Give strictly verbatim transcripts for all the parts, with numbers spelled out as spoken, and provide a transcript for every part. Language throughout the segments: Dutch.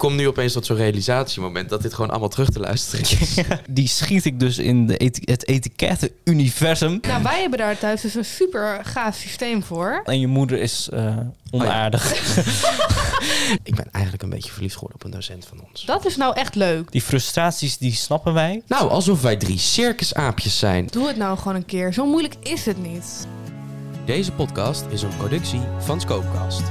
kom nu opeens tot zo'n realisatiemoment dat dit gewoon allemaal terug te luisteren is. Ja, die schiet ik dus in de eti- het etiketten-universum. Nou, wij hebben daar thuis dus een super gaaf systeem voor. En je moeder is uh, onaardig. Oh ja. Ik ben eigenlijk een beetje verliefd geworden op een docent van ons. Dat is nou echt leuk. Die frustraties, die snappen wij. Nou, alsof wij drie circusaapjes zijn. Doe het nou gewoon een keer. Zo moeilijk is het niet. Deze podcast is een productie van Scopecast.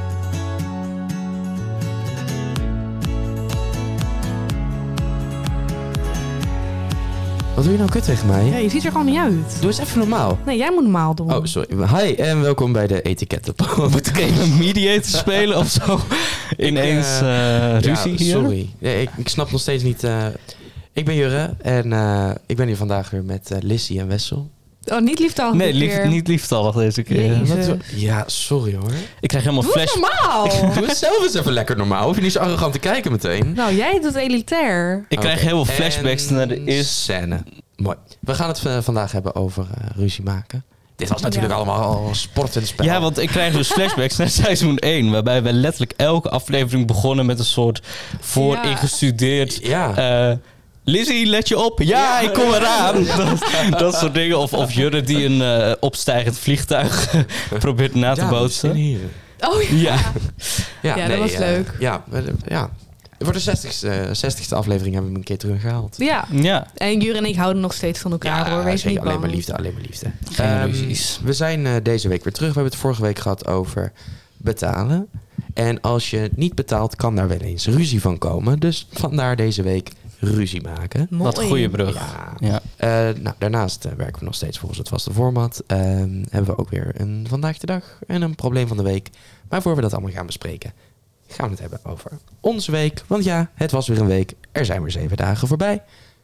Wat doe je nou kut tegen mij? Ja, je ziet er gewoon niet uit. Doe eens even normaal. Nee, jij moet normaal doen. Oh, sorry. Hi en welkom bij de etiketten. Moet ik even een mediator spelen of zo? Ineens uh, ruzie ja, hier? Sorry. Nee, ik, ik snap nog steeds niet... Uh, ik ben Jurre en uh, ik ben hier vandaag weer met uh, Lissy en Wessel. Oh, niet lieftallig Nee, lief, lief, niet lieftallig deze keer. Wat, ja, sorry hoor. Ik krijg helemaal Doe flash... normaal! Doe het zelf eens even lekker normaal. Hoef je niet zo arrogant te kijken meteen. Nou, jij doet elitair. Ik krijg okay. heel veel flashbacks en naar de eerste scène. Mooi. We gaan het uh, vandaag hebben over uh, ruzie maken. Dit was natuurlijk ja. allemaal al sport en spel. Ja, want ik krijg dus flashbacks naar seizoen één. Waarbij we letterlijk elke aflevering begonnen met een soort vooringestudeerd... Ja. Uh, Lizzie, let je op. Ja, ja ik kom eraan. Dat, dat soort dingen. Of, of Jurre die een uh, opstijgend vliegtuig probeert na te bootsen. Oh ja. Ja, ja, ja nee, dat was uh, leuk. Ja, ja. Voor de zestigste, zestigste aflevering hebben we hem een keer teruggehaald. Ja. ja. En Jurre en ik houden nog steeds van elkaar ja, hoor. Wees niet bang. Alleen maar liefde, alleen maar liefde. Geen ruzies. Um, we zijn uh, deze week weer terug. We hebben het vorige week gehad over betalen. En als je niet betaalt, kan daar wel eens ruzie van komen. Dus vandaar deze week ruzie maken. Mooi. Wat een goede brug. Ja. ja. Uh, nou, daarnaast uh, werken we nog steeds volgens het vaste format. Uh, hebben we ook weer een Vandaag de Dag en een probleem van de week. Maar voor we dat allemaal gaan bespreken, gaan we het hebben over onze week. Want ja, het was weer een week. Er zijn weer zeven dagen voorbij.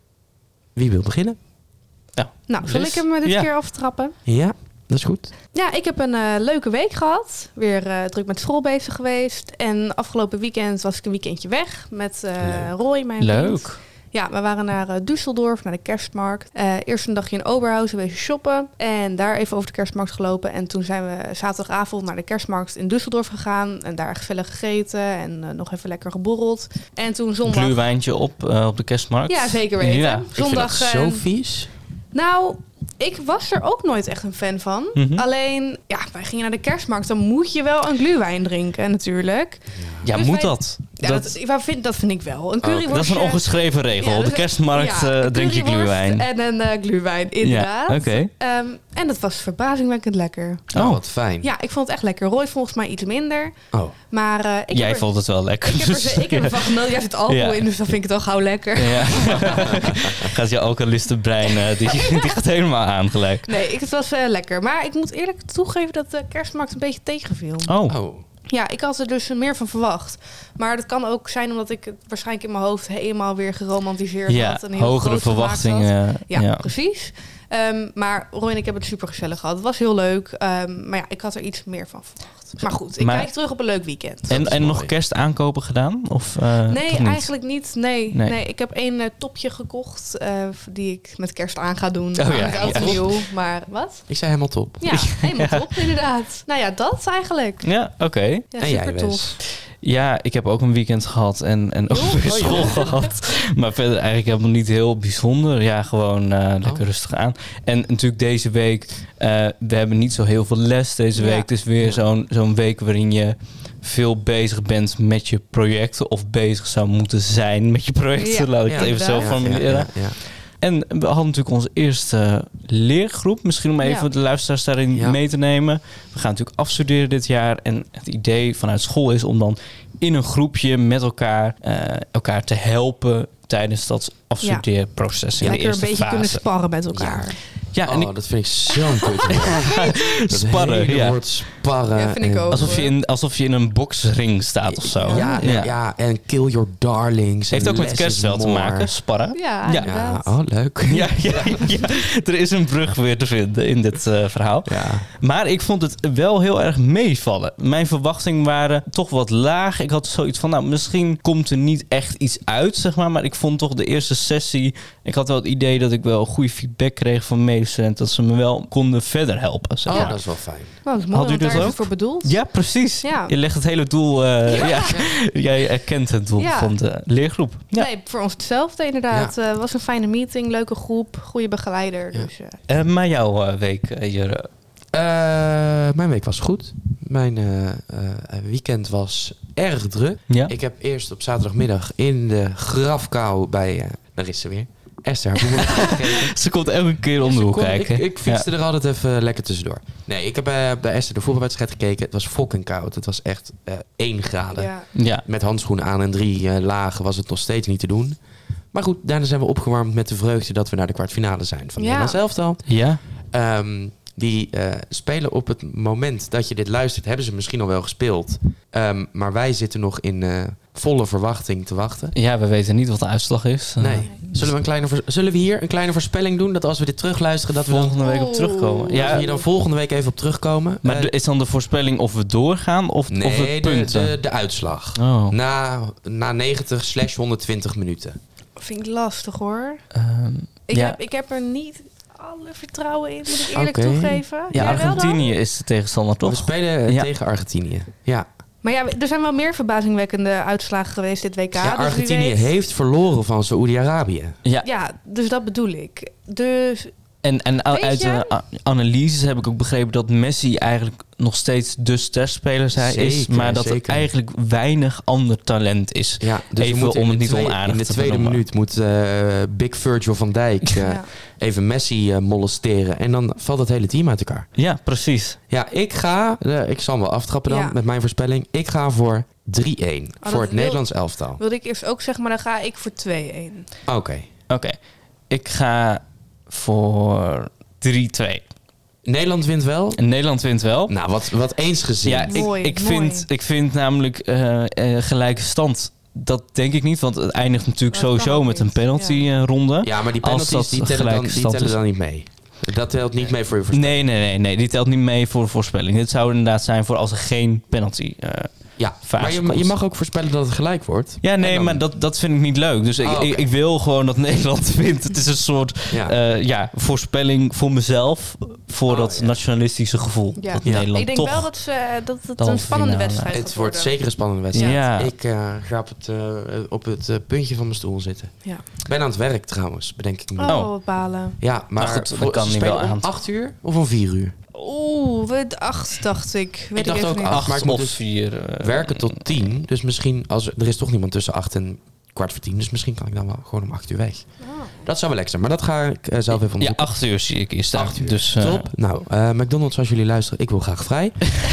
Wie wil beginnen? Ja. Nou, zal dus, ik hem dit ja. keer aftrappen? Ja, dat is goed. Ja, ik heb een uh, leuke week gehad. Weer uh, druk met school bezig geweest. En afgelopen weekend was ik een weekendje weg met uh, Roy, mijn Leuk. vriend. Ja, we waren naar uh, Düsseldorf, naar de kerstmarkt. Uh, eerst een dagje in Oberhausen wezen shoppen. En daar even over de kerstmarkt gelopen. En toen zijn we zaterdagavond naar de kerstmarkt in Düsseldorf gegaan. En daar gezellig gegeten en uh, nog even lekker geborreld. En toen zondag... Een gluwijntje op, uh, op de kerstmarkt. Ja, zeker weten. Ja. Zondag, ik vind dat zo vies. Nou... Ik was er ook nooit echt een fan van. Mm-hmm. Alleen, ja, wij gingen naar de kerstmarkt. Dan moet je wel een gluwijn drinken, natuurlijk. Ja, dus moet wij, dat? Ja, dat, dat, vind, dat vind ik wel. Een curryworstje. Oh, dat is een ongeschreven regel. Ja, Op de kerstmarkt ja, uh, drink je gluwijn. En een uh, gluwijn, inderdaad. Ja, okay. um, en dat was verbazingwekkend lekker. Oh, wat fijn. Ja, ik vond het echt lekker. Roy volgens mij iets minder. Oh. Maar uh, ik Jij er, vond het wel lekker. Ik heb, er, ik heb ervan genoten. Jij zit alcohol ja. in, dus dan vind ik het al gauw lekker. Ja. Gaat je alcoholistenbrein, uh, die, die gaat helemaal aan gelijk. Nee, ik, het was uh, lekker. Maar ik moet eerlijk toegeven dat de kerstmarkt een beetje tegenviel. Oh. oh. Ja, ik had er dus meer van verwacht. Maar dat kan ook zijn omdat ik het waarschijnlijk in mijn hoofd helemaal weer geromantiseerd ja, had. En heel hogere verwachtingen. Ja, ja, precies. Um, maar Roy en ik hebben het super gezellig gehad. Het was heel leuk. Um, maar ja, ik had er iets meer van verwacht. Maar goed, ik maar, kijk terug op een leuk weekend. En, en nog kerstaankopen gedaan? Of, uh, nee, niet? eigenlijk niet. Nee, nee. nee ik heb één uh, topje gekocht uh, die ik met kerst aan ga doen. Oh, ja, ja. nieuw. Maar wat? Ik zei helemaal top. Ja, helemaal ja. top inderdaad. Nou ja, dat eigenlijk. Ja, oké. Okay. Ja, en jij, tof. Ja, ik heb ook een weekend gehad en, en ook weer oh, school ja. gehad. Maar verder eigenlijk helemaal niet heel bijzonder. Ja, gewoon uh, lekker oh. rustig aan. En natuurlijk deze week, uh, we hebben niet zo heel veel les deze week. Ja. Het is weer ja. zo'n, zo'n week waarin je veel bezig bent met je projecten. Of bezig zou moeten zijn met je projecten. Ja. Laat ik ja, het even zo formuleren. Ja, ja, ja. En we hadden natuurlijk onze eerste leergroep. Misschien om even ja. de luisteraars daarin ja. mee te nemen. We gaan natuurlijk afstuderen dit jaar. En het idee vanuit school is om dan in een groepje met elkaar, uh, elkaar te helpen tijdens dat afstudeerproces. Ja. In Lekker de eerste een beetje fase. Kunnen sparren met elkaar. Ja. Ja, en oh, ik... dat vind ik zo'n kut. Sparren, ja. woord sparren. Ja, vind ik ook. Alsof je, in, alsof je in een boksring staat of zo. Ja, ja. ja en kill your darlings. Heeft ook met kerstspel te maken, sparren. Ja, ja. ja. Oh, leuk. Ja, ja, ja, er is een brug weer te vinden in dit uh, verhaal. Ja. Maar ik vond het wel heel erg meevallen. Mijn verwachtingen waren toch wat laag. Ik had zoiets van, nou, misschien komt er niet echt iets uit, zeg maar. Maar ik vond toch de eerste sessie... Ik had wel het idee dat ik wel goede feedback kreeg van mede medestudenten, dat ze me wel konden verder helpen. Zeg Oh, maar. dat is wel fijn. Nou, dat is mooi, Had u want dat daar is ook? het voor bedoeld. Ja, precies. Ja. Je legt het hele doel... Uh, ja. Ja. Jij erkent het doel Ja. van de leergroep. Ja. Nee, voor ons hetzelfde inderdaad. Het uh, was een fijne meeting, leuke groep, goede begeleider. Ja. Dus, uh, Uh, maar jouw uh, week, uh, Jure? Uh, mijn week was goed. Mijn uh, uh, weekend was erg druk. Ja? Ik heb eerst op zaterdagmiddag in de grafkou bij... Uh, daar is ze weer. Esther, haar voetbal gekeken. Ze komt elke keer om de hoek Kon- kijken. Ik, ik fietste ja. er altijd even lekker tussendoor. Nee, ik heb uh, bij Esther de voetbalwedstrijd gekeken. Het was fucking koud. Het was echt uh, één graden. ja. Ja. Met handschoenen aan en drie uh, lagen was het nog steeds niet te doen. Maar goed, daarna zijn we opgewarmd met de vreugde dat we naar de kwartfinale zijn van Ja. Nederlands elftal. Ja? Um, die uh, spelen op het moment dat je dit luistert, hebben ze misschien al wel gespeeld. Um, maar wij zitten nog in uh, volle verwachting te wachten. Ja, we weten niet wat de uitslag is. Uh, Nee. Zullen we, een kleine voor- Zullen we hier een kleine voorspelling doen? Dat als we dit terugluisteren, dat we dan, volgende week op terugkomen. Oeh. dat Ja, we hier dan volgende week even op terugkomen. maar Uh, de- is dan de voorspelling of we doorgaan of, nee, of het de, punten? de, de uitslag. Oh. Na, na negentig slash honderdtwintig minuten. Vind ik lastig hoor. Um, Ik, ja. heb, ik heb er niet alle vertrouwen in, moet ik eerlijk Oké. toegeven. ja, Jij wel dan? Argentinië is de tegenstander, toch? We spelen uh, Ja. tegen Argentinië. Ja. Maar ja, er zijn wel meer verbazingwekkende uitslagen geweest dit W K. ja, dus wie Argentinië weet- heeft verloren van Saoedi-Arabië. Ja, Ja, dus dat bedoel ik. Dus en, en Weet uit je? de a- analyses heb ik ook begrepen dat Messi eigenlijk nog steeds de sterspeler zij is. Zeker, Maar dat zeker. er eigenlijk weinig ander talent is. Ja, dus Even we moeten om in het de niet tweede- onaardig In de te tweede benoemen. minuut moet uh, Big Virgil van Dijk uh, ja. even Messi uh, molesteren. En dan valt het hele team uit elkaar. Ja, precies. Ja, ik ga... Uh, ik zal hem wel aftrappen dan Ja. met mijn voorspelling. Ik ga voor drie-één. dat voor het wil- Nederlands elftal. wilde ik eerst ook zeggen, maar dan ga ik voor twee-één. Oké. Oké, ik ga voor drie-twee. Nederland wint wel? En Nederland wint wel. Nou, wat, wat eensgezind. Ja, ik, Mooi, ik, mooi. vind, ik vind namelijk eh, eh, gelijke stand. Dat denk ik niet, want het eindigt natuurlijk Dat kan sowieso ook met een niet, penalty-ronde. Ja, maar die Als penalties dat die tellen, gelijke dan, die stand tellen is. dan niet mee. Dat telt niet mee voor je voorspelling. Nee, nee, nee, nee, die telt niet mee voor de voorspelling. Dit zou inderdaad zijn voor als er geen penalty uh, Ja, fase maar je, komt. je mag ook voorspellen dat het gelijk wordt. Ja, nee, En dan- maar dat, dat vind ik niet leuk. Dus ik, Oh, oké. ik, ik wil gewoon dat Nederland wint. Het is een soort Ja. ja. ja, voorspelling voor mezelf. Voor Oh, dat ja. nationalistische gevoel. Ja. Dat Ja. Nederland Ik denk toch... wel dat, ze, dat het dan een spannende finale. wedstrijd Het gaat wordt worden. zeker een spannende wedstrijd. Ja. Ik uh, ga op het, uh, op het uh, puntje van mijn stoel zitten. Ja. Ik ben aan het werk trouwens, bedenk ik me. Oh, Oh. wat balen. Ja, maar Maar goed, dat voor- kan ze niet spelen wel om aan. acht uur of om vier uur? Oeh, we acht dacht ik. Weet Ik dacht even ook niet. acht. Acht maar ik moet of dus vier. uh, Werken tot tien. Dus misschien, als er, er is toch niemand tussen acht en kwart voor tien. Dus misschien kan ik dan wel gewoon om acht uur weg. Oh. Dat zou wel lekker zijn. Maar dat ga ik uh, zelf even Ja, onderzoeken. acht uur zie ik hier staan. Acht uur. Dus, uh, Top. Nou, uh, McDonald's, als jullie luisteren, ik wil graag vrij.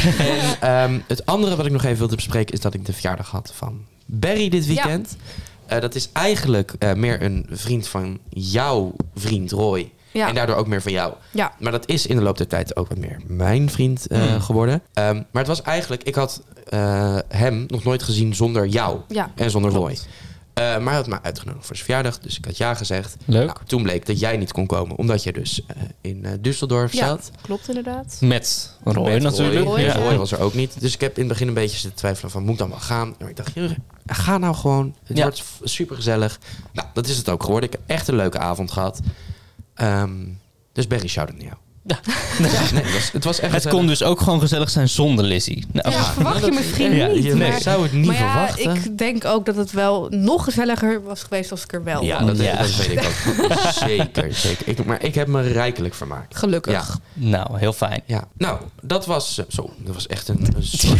en um, het andere wat ik nog even wilde bespreken is dat ik de verjaardag had van Barry dit weekend. Uh, dat is eigenlijk uh, meer een vriend van jouw vriend Roy. Ja. En daardoor ook meer van jou. Ja. Maar dat is in de loop der tijd ook wat meer mijn vriend uh, Hmm. geworden. Um, maar het was eigenlijk, ik had uh, hem nog nooit gezien zonder jou Ja. en zonder Klopt. Roy. Uh, maar hij had me uitgenodigd voor zijn verjaardag. Dus ik had ja gezegd. Leuk. Nou, toen bleek dat jij niet kon komen. Omdat je dus uh, in uh, Düsseldorf Ja, zat. klopt inderdaad. Met Roy Met natuurlijk. Roy, ja. ja. Roy was er ook niet. Dus ik heb in het begin een beetje zitten twijfelen van... moet ik dan wel gaan? Maar ik dacht, joh, ga nou gewoon. Het Ja. wordt super gezellig. Nou, dat is het ook geworden. Ik heb echt een leuke avond gehad. Um, dus Barry, shout-out naar jou. Ja. nee, het, was, het was echt Het kon dus ook gewoon gezellig zijn zonder Lizzie. Nou, Ja, verwacht je dat- misschien ja, niet. Je maar, zou het niet maar ja, verwachten. ik denk ook dat het wel nog gezelliger was geweest als ik er wel Ja, was. dat, Ja. dat weet ik ook. zeker, zeker. Ik, maar ik heb me rijkelijk vermaakt. Gelukkig. Ja. nou, heel fijn. Ja, nou, dat was... uh, zo, dat was echt een... een soort,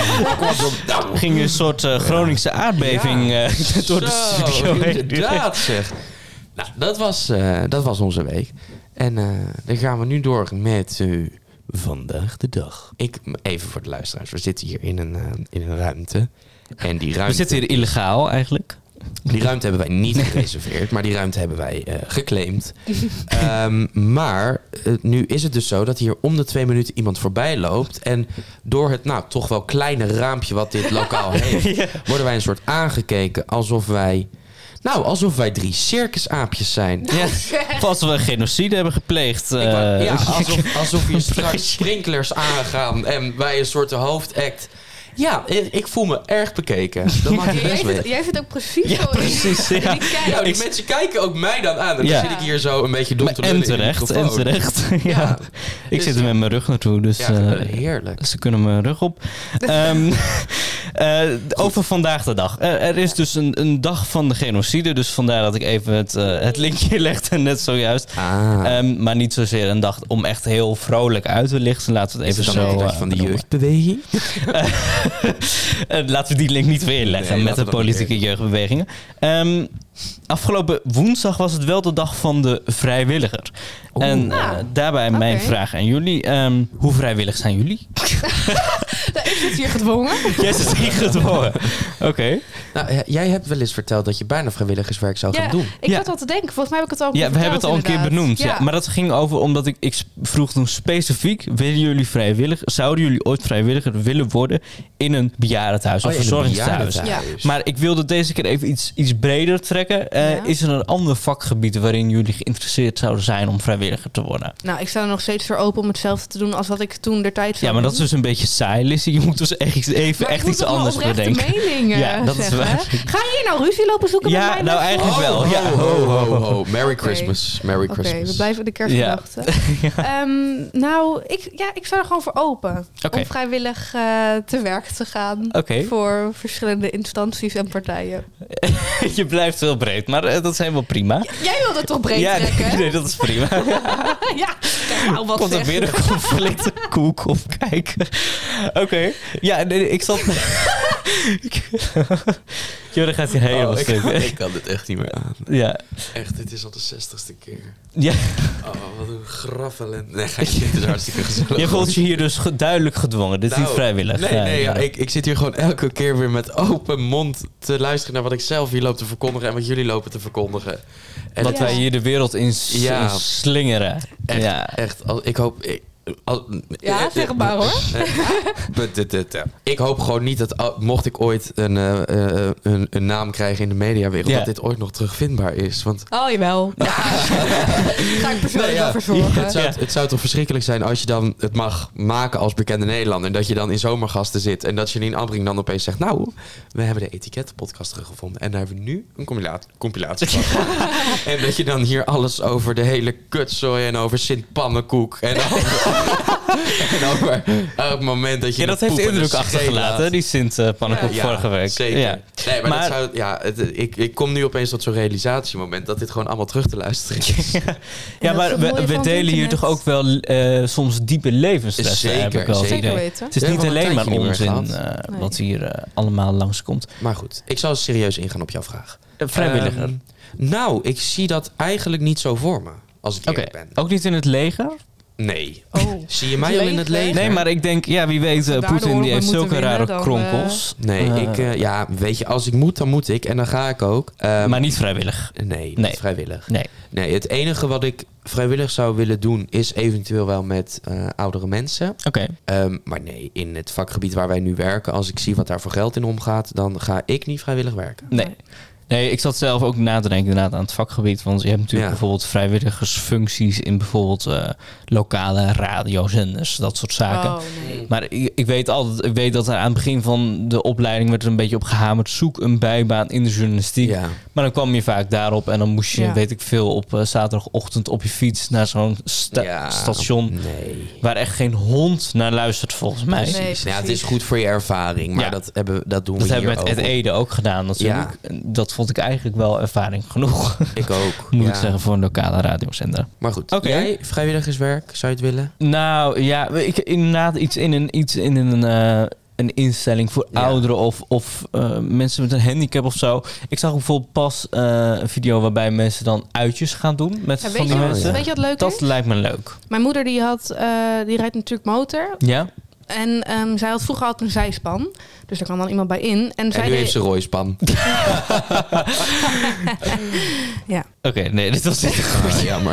nou, Ging een soort uh, Groningse aardbeving Ja. uh, door de Zo, studio heen. inderdaad zeg. Nou, dat was, uh, dat was onze week. En uh, dan gaan we nu door met uh, vandaag de dag. Ik, even voor de luisteraars. We zitten hier in een, uh, in een ruimte. En die ruimte... We zitten hier illegaal eigenlijk. Die ruimte hebben wij niet gereserveerd, maar die ruimte hebben wij uh, geclaimd. um, maar uh, nu is het dus zo dat hier om de twee minuten iemand voorbij loopt. En door het nou toch wel kleine raampje wat dit lokaal heeft, ja. worden wij een soort aangekeken alsof wij... Nou, alsof wij drie circusaapjes zijn. Ja, of als we genocide hebben gepleegd. Uh, Ik wou, ja, alsof, alsof hier straks sprinklers aangaan en wij een soort hoofdact... Ja, ik voel me erg bekeken. Dat mag je Jij best zit, weten. jij zit ook precies Ja, zo in- precies, ja. in die kijk. Ja, die mensen kijken ook mij dan aan. En Ja. dan zit ik hier zo een beetje dom Maar te en lullen in de terecht, en microfoon. terecht. ja. Ja. Ik Dus- zit er met mijn rug naartoe, dus Ja, eh, heerlijk. ze kunnen mijn rug op. Ehm, eh, over vandaag de dag. Er, er is dus een, een dag van de genocide, dus vandaar dat ik even het, eh, het linkje legde net zojuist. Ah. Ehm, maar niet zozeer een dag om echt heel vrolijk uit te lichten. Laten we het Is even het dan zo... een dag eh, van de benoemen. jeugdbeweging? Eh, laten we die link niet weer inleggen Nee, met de laten we dat niet politieke jeugdbewegingen. Ehm, afgelopen woensdag was het wel de dag van de vrijwilliger. Oeh. En eh, Ah, daarbij mijn oké. vraag aan jullie. Ehm, hoe vrijwillig zijn jullie? Nou, ik zit hier gedwongen. Jij zit hier gedwongen. Oké. Nou, ja, jij hebt wel eens verteld dat je bijna vrijwilligerswerk zou gaan Ja, doen. ik Ja. zat al te denken. Volgens mij heb ik het al Ja, we hebben het al een keer inderdaad. benoemd. Ja. Maar dat ging over omdat ik, ik vroeg toen specifiek: willen jullie vrijwillig? Zouden jullie ooit vrijwilliger willen worden in een bejaardentehuis Oh, of ja, in een verzorgingstehuis? bejaardentehuis. Maar ik wilde deze keer even iets, iets breder trekken. Eh, Ja. Is er een ander vakgebied waarin jullie geïnteresseerd zouden zijn om vrijwilliger te worden? Nou, ik sta er nog steeds voor open om hetzelfde te doen als wat ik toen der tijd zou Ja, maar dat is doen. dus een beetje saai, Lizzie. Je moet dus echt even Maar ik echt moet iets toch mijn anders oprechte bedenken. mening, eh, Ja, dat is zeggen. waar. Ga je hier nou ruzie lopen zoeken Ja, met mij? nou, net? eigenlijk Oh, wel. Ja. ho, ho, ho, ho. Merry Oké. Christmas. Merry Oké, Christmas. we blijven de kerstgedachten. Ehm, nou, ik, ja, ik sta er gewoon voor open. Oké. Om vrijwillig eh, te werk te gaan. Oké. Voor verschillende instanties en partijen. Je blijft wel breed, maar eh, dat is helemaal prima. Jij wilde het toch breed ja, nee, trekken? nee, dat is prima. ja, kijk nou wat Komt er zeg. weer een conflicte koek op kijken. Oké. Ja, nee, ik zat... Jordan gaat hier helemaal Oh, ik, stuk. kan, ik kan dit echt niet meer aan. Ja. Echt, dit is al de zestigste keer. Ja. Oh, wat een graffelend. Nee, dit is hartstikke gezellig. Je voelt je hier dus ge- duidelijk gedwongen. Dit is Nou, niet vrijwillig. Nee, nee, ja, ja. ik, ik zit hier gewoon elke keer weer met open mond te luisteren naar wat ik zelf hier loop te verkondigen en wat jullie lopen te verkondigen. En Wat het Ja. wij hier de wereld in, s- Ja. in slingeren. echt, Ja. echt, al- ik hoop... Ik, al- Ja, zeg het maar, hoor. But dit- dit, ja. Ik hoop gewoon niet dat, al- mocht ik ooit een, eh, eh, een, een naam krijgen in de mediawereld, Ja. dat dit ooit nog terugvindbaar is. Want Oh, jawel. Ja. Ga ik persoonlijk Nee, ja. wel verzorgen. het, zou, Ja. het zou toch verschrikkelijk zijn als je dan het mag maken als bekende Nederlander. En dat je dan in zomergasten zit. En dat Janine Abbring dan opeens zegt, nou, we hebben de etikettenpodcast teruggevonden. En daar hebben we nu een compilatie, compilatie van. En dat je dan hier alles over de hele kutzooi en over Sint Pannenkoek. En over, en over elk moment dat je Ja, een dat heeft poepende indruk schreef achtergelaten, laat. die Sint uh, Pannenkoek Ja, vorige week. Zeker. Ja. Nee, maar, Maar- dat zou, ja, het, ik, ik kom nu opeens tot zo'n realisatiemoment dat dit gewoon allemaal terug te luisteren is. Ja, dat maar is het we, mooie we van het delen hier internet. toch ook wel eh, soms diepe levenslessen. Zeker, heb ik wel het zeker. Zeker idee. weten. Het is We niet hebben al alleen een maar tijdje niet meer onzin gehad. eh, Nee. wat hier eh, allemaal langskomt. Maar goed, ik zal serieus ingaan op jouw vraag. Uh, vrijwilliger. Ehm, nou, ik zie dat eigenlijk niet zo voor me, als ik Oké, eerlijk ben. ook niet in het leger? Nee. Oh. Zie je mij al in het leger? Nee, maar ik denk, ja, wie weet, uh, Daardoor Poetin die we heeft moeten zulke winnen, rare dan, kronkels. Nee, Uh, ik, eh, ja, weet je, als ik moet, dan moet ik. En dan ga ik ook. Ehm, maar niet vrijwillig. Nee, niet Nee. vrijwillig. Nee. Nee, het enige wat ik vrijwillig zou willen doen, is eventueel wel met eh, oudere mensen. Oké. Ehm, maar nee, in het vakgebied waar wij nu werken, als ik zie wat daar voor geld in omgaat, dan ga ik niet vrijwillig werken. Nee. Nee, ik zat zelf ook na te denken inderdaad aan het vakgebied. Want je hebt natuurlijk Ja. bijvoorbeeld vrijwilligersfuncties in bijvoorbeeld eh, lokale radiozenders, dat soort zaken. Oh, nee. Maar ik, ik weet altijd, ik weet dat er aan het begin van de opleiding werd er een beetje op gehamerd. Zoek een bijbaan in de journalistiek. Ja. Maar dan kwam je vaak daarop en dan moest je, Ja. weet ik veel, op eh, zaterdagochtend op je fiets naar zo'n sta- Ja, station. Nee. Waar echt geen hond naar luistert volgens mij. Nee, Precies. Ja, het is precies. goed voor je ervaring, maar Ja. dat, hebben, dat doen Dat we hebben hier we met ook. Ed Ede ook gedaan natuurlijk. Dat vond ik eigenlijk wel ervaring genoeg. Ik ook. Moet ja. ik zeggen, voor een lokale radiozender. Maar goed, Oké. jij vrijwilligerswerk, zou je het willen? Nou ja, ik, inderdaad iets in een, iets in een, eh, een instelling voor Ja. ouderen of, of eh, mensen met een handicap of zo. Ik zag bijvoorbeeld pas eh, een video waarbij mensen dan uitjes gaan doen met Ja, van weet, die je, Oh, mensen. ja. weet je wat leuk Dat is? lijkt me leuk. Mijn moeder die had, eh, die rijdt natuurlijk motor. Ja? En ehm, zij had vroeger altijd een zijspan. Dus daar kan dan iemand bij in. En, zij En nu deed- heeft ze rooispan. Ja. Oké, nee, dit was niet goed. Ah, jammer.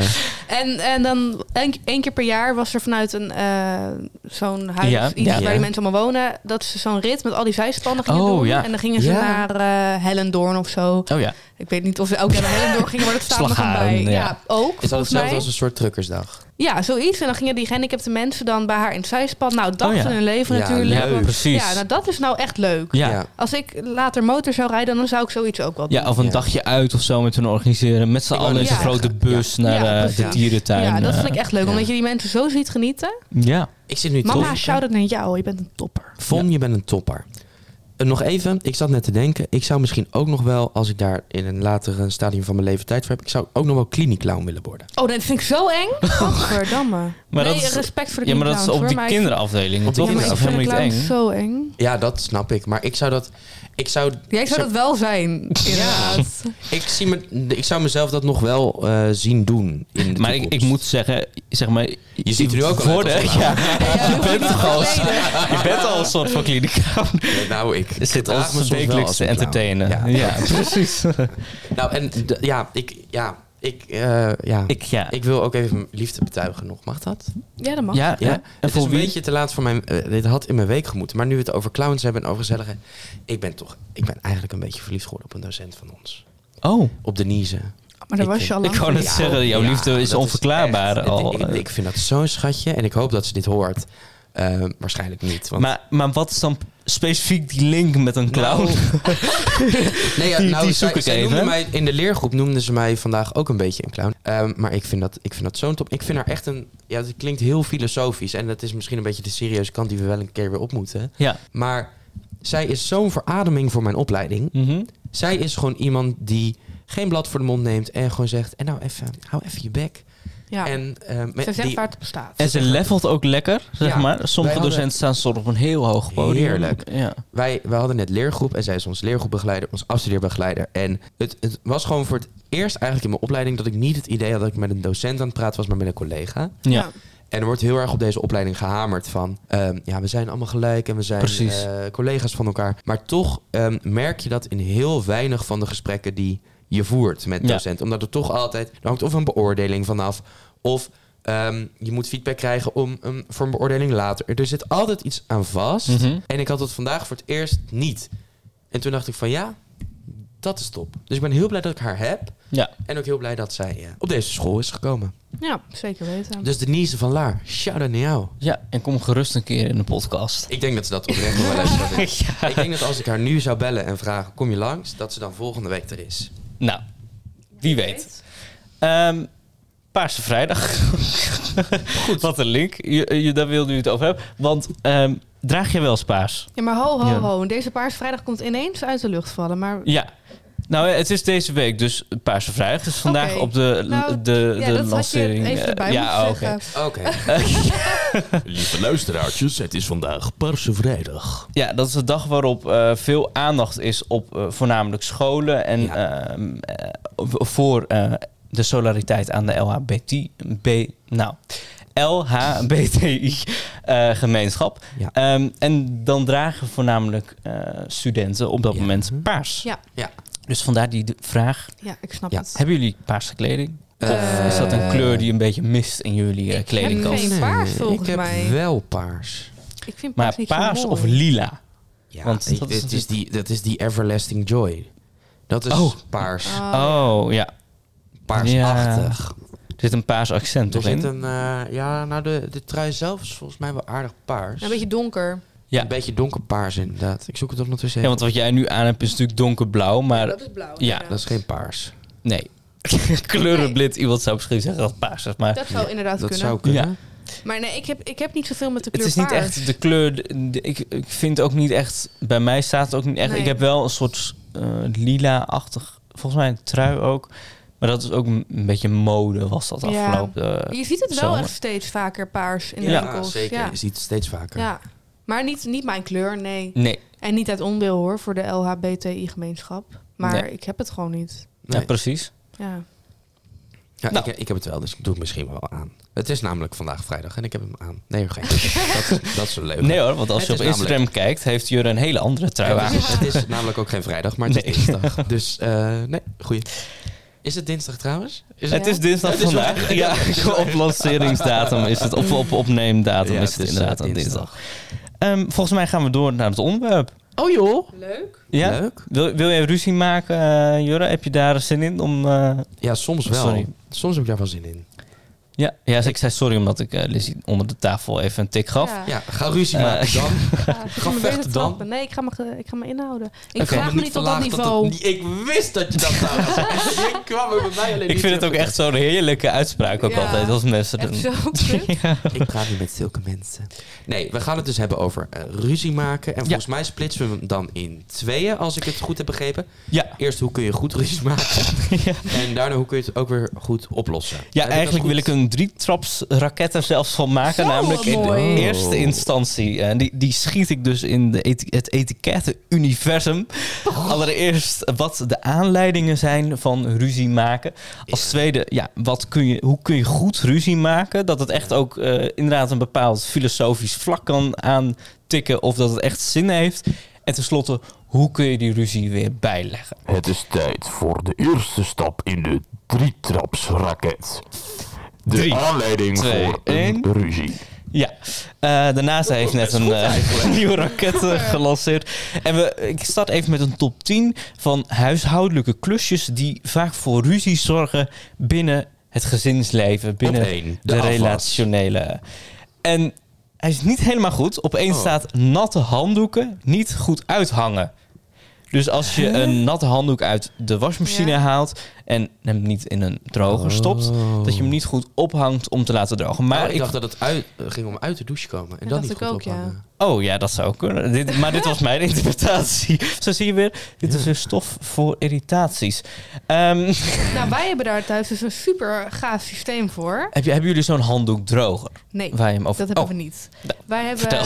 En, en dan één, één keer per jaar was er vanuit een uh, zo'n huis, Ja, iets ja. waar Ja. die mensen allemaal wonen, dat ze zo'n rit met al die zijspannen gingen Oh, doen. ja. En dan gingen ze Ja. naar uh, Hellendoorn of zo. Oh ja. Ik weet niet of ze elke keer naar Hellendoorn gingen, maar dat staat nog Slagharen, bij. Ja, ja. ook. Is dat volgens hetzelfde mij. als een soort truckersdag? Ja, zoiets. En dan gingen die gehandicapte mensen dan bij haar in het zijspan. Nou, dat Oh, ja. van hun leven Ja, natuurlijk. leuk. Ja, precies. Ja, nou, dat is nou echt leuk. Ja. Ja. Als ik later motor zou rijden, dan zou ik zoiets ook wel doen. Ja, of een Ja. dagje uit of zo met hun organiseren. Met z'n Ik wou allen in net zo'n grote zeggen, bus ja. naar Ja, uh, de precies. dierentuin. Ja, dat uh, vind ik echt leuk. Ja. Omdat je die mensen zo ziet genieten. Ja. Ik zit nu te Mama, denken. shout-out naar jou. Je bent een topper. Von, je bent een topper. Uh, nog even, ik zat net te denken. Ik zou misschien ook nog wel, als ik daar in een latere stadium van mijn leven tijd voor heb, ik zou ook nog wel kliniekclown willen worden. Oh, dat vind ik zo eng. Godverdamme. Maar nee, dat is- respect voor de Ja, maar dat is clowns, op hoor, die maar ik- kinderafdeling, Op die toch? Ja, maar Dat ik is vind helemaal de niet clowns eng. zo eng. Ja, dat snap ik. Maar ik zou dat... Ik zou, Jij zou dat wel zijn, inderdaad. ik, zie me, ik zou mezelf dat nog wel uh, zien doen in de Maar ik, toekomst. ik moet zeggen, zeg maar... Je ziet er nu ook al worden, uit als een ja, Ja, je dat bent is toch al, geleden. je bent al een soort van kliniekclown. Uh, nou, ik Het zit gedraag me ons soms wel wekelijks als te een clown. entertainen. Ja, Ja. precies. Nou, en d- ja, ik... Ja, ik, uh, ja. Ik, ja. ik wil ook even mijn liefde betuigen nog. Mag dat? Ja, dat mag. ja, ja. Ja, En het is voor een wie? beetje te laat voor mijn... Uh, dit had in mijn week gemoeten. Maar nu we het over clowns hebben en over gezellige... Ik ben toch... Ik ben eigenlijk een beetje verliefd geworden op een docent van ons. Oh, Op Denise. Maar daar Ik was je al ik lang wou net verliefd. zeggen, jouw Ja, liefde is dat onverklaarbaar echt- al. Ik, ik, ik vind dat zo'n schatje. En ik hoop dat ze dit hoort. Uh, waarschijnlijk niet. Want Maar, maar wat is dan specifiek die link met een clown? Nou, nee, ja, Die- nou, die zij- zoek ik zij even. noemde mij, in de leergroep noemden ze mij vandaag ook een beetje een clown. Um, maar ik vind, dat, ik vind dat zo'n top. Ik vind haar echt een... Ja, het klinkt heel filosofisch. En dat is misschien een beetje de serieuze kant die we wel een keer weer op moeten. Ja. Maar zij is zo'n verademing voor mijn opleiding. Mhm. Zij is gewoon iemand die geen blad voor de mond neemt en gewoon zegt... En nou, even, hou even je bek. Ja. En, uh, met Ze zegt die, waar het op staat. En ze levelt ook lekker, zeg Ja. maar. Sommige Wij hadden- docenten staan soort op een heel hoog podium. Heerlijk. Ja. Wij, wij hadden net leergroep en zij is onze leergroepbegeleider, ons afstudeerbegeleider. En het, het was gewoon voor het eerst eigenlijk in mijn opleiding dat ik niet het idee had dat ik met een docent aan het praten was, maar met een collega. Ja. En er wordt heel erg op deze opleiding gehamerd van... Um, ja, we zijn allemaal gelijk en we zijn uh, collega's van elkaar. Maar toch um, merk je dat in heel weinig van de gesprekken die je voert met docenten. Ja. Omdat er toch altijd... Er hangt of een beoordeling vanaf... of um, je moet feedback krijgen om, um, voor een beoordeling later. Er zit altijd iets aan vast. Mm-hmm. En ik had het vandaag voor het eerst niet. En toen dacht ik van ja, dat is top. Dus ik ben heel blij dat ik haar heb. Ja. En ook heel blij dat zij uh, op deze school is gekomen. Ja, zeker weten. Dus Denise van Laar, shout-out naar jou. Ja, en kom gerust een keer in de podcast. Ik denk dat ze dat oprecht nog wel eens zou doen. Ja. Ik denk dat als ik haar nu zou bellen en vragen, kom je langs? Dat ze dan volgende week er is. Nou, wie weet. Um, Paarse Vrijdag. Goed. Wat een link. Je, je, daar wilde u het over hebben. Want um, draag je wel eens paars? Ja, maar ho, ho, Ja. ho. Deze Paarse Vrijdag komt ineens uit de lucht vallen. Maar Ja. Nou, het is deze week dus Paarse Vrijdag. Dus vandaag Oké. op de, Nou, de, ja, de dat lancering. had je even erbij ja, moeten oké. zeggen. Oké. Okay. Lieve luisteraartjes, het is vandaag Paarse Vrijdag. Ja, dat is de dag waarop uh, veel aandacht is op uh, voornamelijk scholen. En Ja. uh, uh, voor uh, de solidariteit aan de L H B T B, nou, L H B T I uh, gemeenschap. Ja. Um, en dan dragen voornamelijk uh, studenten op dat Ja. moment paars. Ja. Ja. Dus vandaar die de vraag. Ja, ik snap Ja. het. Hebben jullie paarse kleding? Uh, Of is dat een kleur die een beetje mist in jullie uh, Ik heb kledingkast? geen paars, volgens ik heb mij. wel paars. Ik vind paars Maar niet paars zo of mooi. lila? Ja, Want ik, dat is dit is die, dat is die everlasting joy. Dat is Oh. paars. Oh, Oh, ja. Paarsachtig. Er zit een paars accent Er toch in? zit een... uh, ja, nou de, de trui zelf is volgens mij wel aardig paars. een beetje donker. Ja. Een beetje donkerpaars inderdaad. Ik zoek het ondertussen Ja, even. want wat jij nu aan hebt is natuurlijk donkerblauw, maar dat is blauw. ja, inderdaad. Dat is geen paars. nee. Kleurenblind, iemand zou misschien zeggen dat het paars is, maar Dat zou inderdaad Dat kunnen. zou kunnen. Ja. Maar nee, ik heb, ik heb niet zoveel met de kleur het is niet paars. echt de kleur. de- de- ik, ik vind ook niet echt. Bij mij staat het ook niet echt. Nee. Ik heb wel een soort uh, lila-achtig, volgens mij een trui ook. Maar dat is ook een, een beetje mode, was dat Ja. afgelopen. Uh, Je ziet het wel zomer. echt steeds vaker paars in de Ja, winkels. zeker. Ja. Je ziet het steeds vaker. Ja. Maar niet, niet mijn kleur, nee. Nee, En niet uit onwil hoor, voor de L H B T I-gemeenschap. Maar Nee. ik heb het gewoon niet. Nee. ja, precies. Ja. Ja, Nou. ik, ik heb het wel, dus ik doe het misschien wel aan. Het is namelijk vandaag vrijdag en ik heb hem aan. Nee, geen. dat, is, dat is een leugen. Nee hoor, want als Het je op is Instagram namelijk- kijkt, heeft Jure een hele andere trui aan. Het is namelijk ook geen vrijdag, maar het is Nee. dinsdag. Dus uh, nee, goeie. Is het dinsdag trouwens? Is Het is dinsdag Het is wel- vandaag. Ja, op lanceringsdatum is het. Of op opneemdatum Ja, is het het is, inderdaad eh, een dinsdag. dinsdag. Um, volgens mij gaan we door naar het onderwerp. Oh joh. Leuk. Ja? Leuk. Wil, wil jij ruzie maken, uh, Jurre? Heb je daar zin in? Om, uh... Ja, soms wel. Sorry. Soms heb ik daar wel zin in. Ja, ja, ik zei sorry omdat ik uh, Lizzie onder de tafel even een tik gaf. Ja. Ja, ga ruzie Eh, maken dan. Ja, Ga me vechten bezig dan. trappen. Nee, ik ga me, ge- ik ga me inhouden. Ik Oké. vraag me niet op dat verlagen niveau. het- ik wist dat je dat zou gaan zeggen. Je kwam er bij mij alleen Ik niet vind het ook terug. echt zo'n heerlijke uitspraak ook Ja. altijd als mensen Echt doen. zo kut. Ja. Ik praat niet met zulke mensen. Nee, we gaan het dus hebben over uh, ruzie maken. En volgens mij splitsen we hem dan in tweeën, als ik het goed heb begrepen. Ja. Eerst, hoe kun je goed ruzie maken? Ja. En daarna, hoe kun je het ook weer goed oplossen? Ja, Heb eigenlijk dat wil ik goed? een drietraps raket er zelfs van maken. Zo, namelijk in mooi. de eerste instantie. En die, die schiet ik dus in de eti- het etiketten-universum. Allereerst wat de aanleidingen zijn van ruzie maken. Als tweede, ja, wat kun je, hoe kun je goed ruzie maken? Dat het echt ook uh, inderdaad een bepaald filosofisch vlak kan aantikken. Of dat het echt zin heeft. En tenslotte, hoe kun je die ruzie weer bijleggen? Het is tijd voor de eerste stap in de drietrapsraket. De Drie, aanleiding twee, voor één. een ruzie. Ja, uh, daarnaast heeft net een uh, nieuwe raket uh, gelanceerd. En we, ik start even met een top tien van huishoudelijke klusjes die vaak voor ruzie zorgen binnen het gezinsleven, binnen Op één, de, de afwas. relationele. En hij is niet helemaal goed. Op één Oh. staat natte handdoeken niet goed uithangen. Dus als je een natte handdoek uit de wasmachine Ja. haalt en hem niet in een droger stopt, Oh. dat je hem niet goed ophangt om te laten drogen. Maar Maar ik dacht dat het uit, uh, ging om uit de douche komen. En Dat dan dacht niet ik goed ook, ja. ophangen. Oh ja, dat zou kunnen. Dit, maar dit was mijn interpretatie. Zo zie je weer, dit is weer stof voor irritaties. Ehm, Nou, wij hebben daar thuis dus een super gaaf systeem voor. heb je, hebben jullie zo'n handdoekdroger? Nee, Waar je hem over... dat hebben oh, we niet. Nou, Wij hebben... vertel.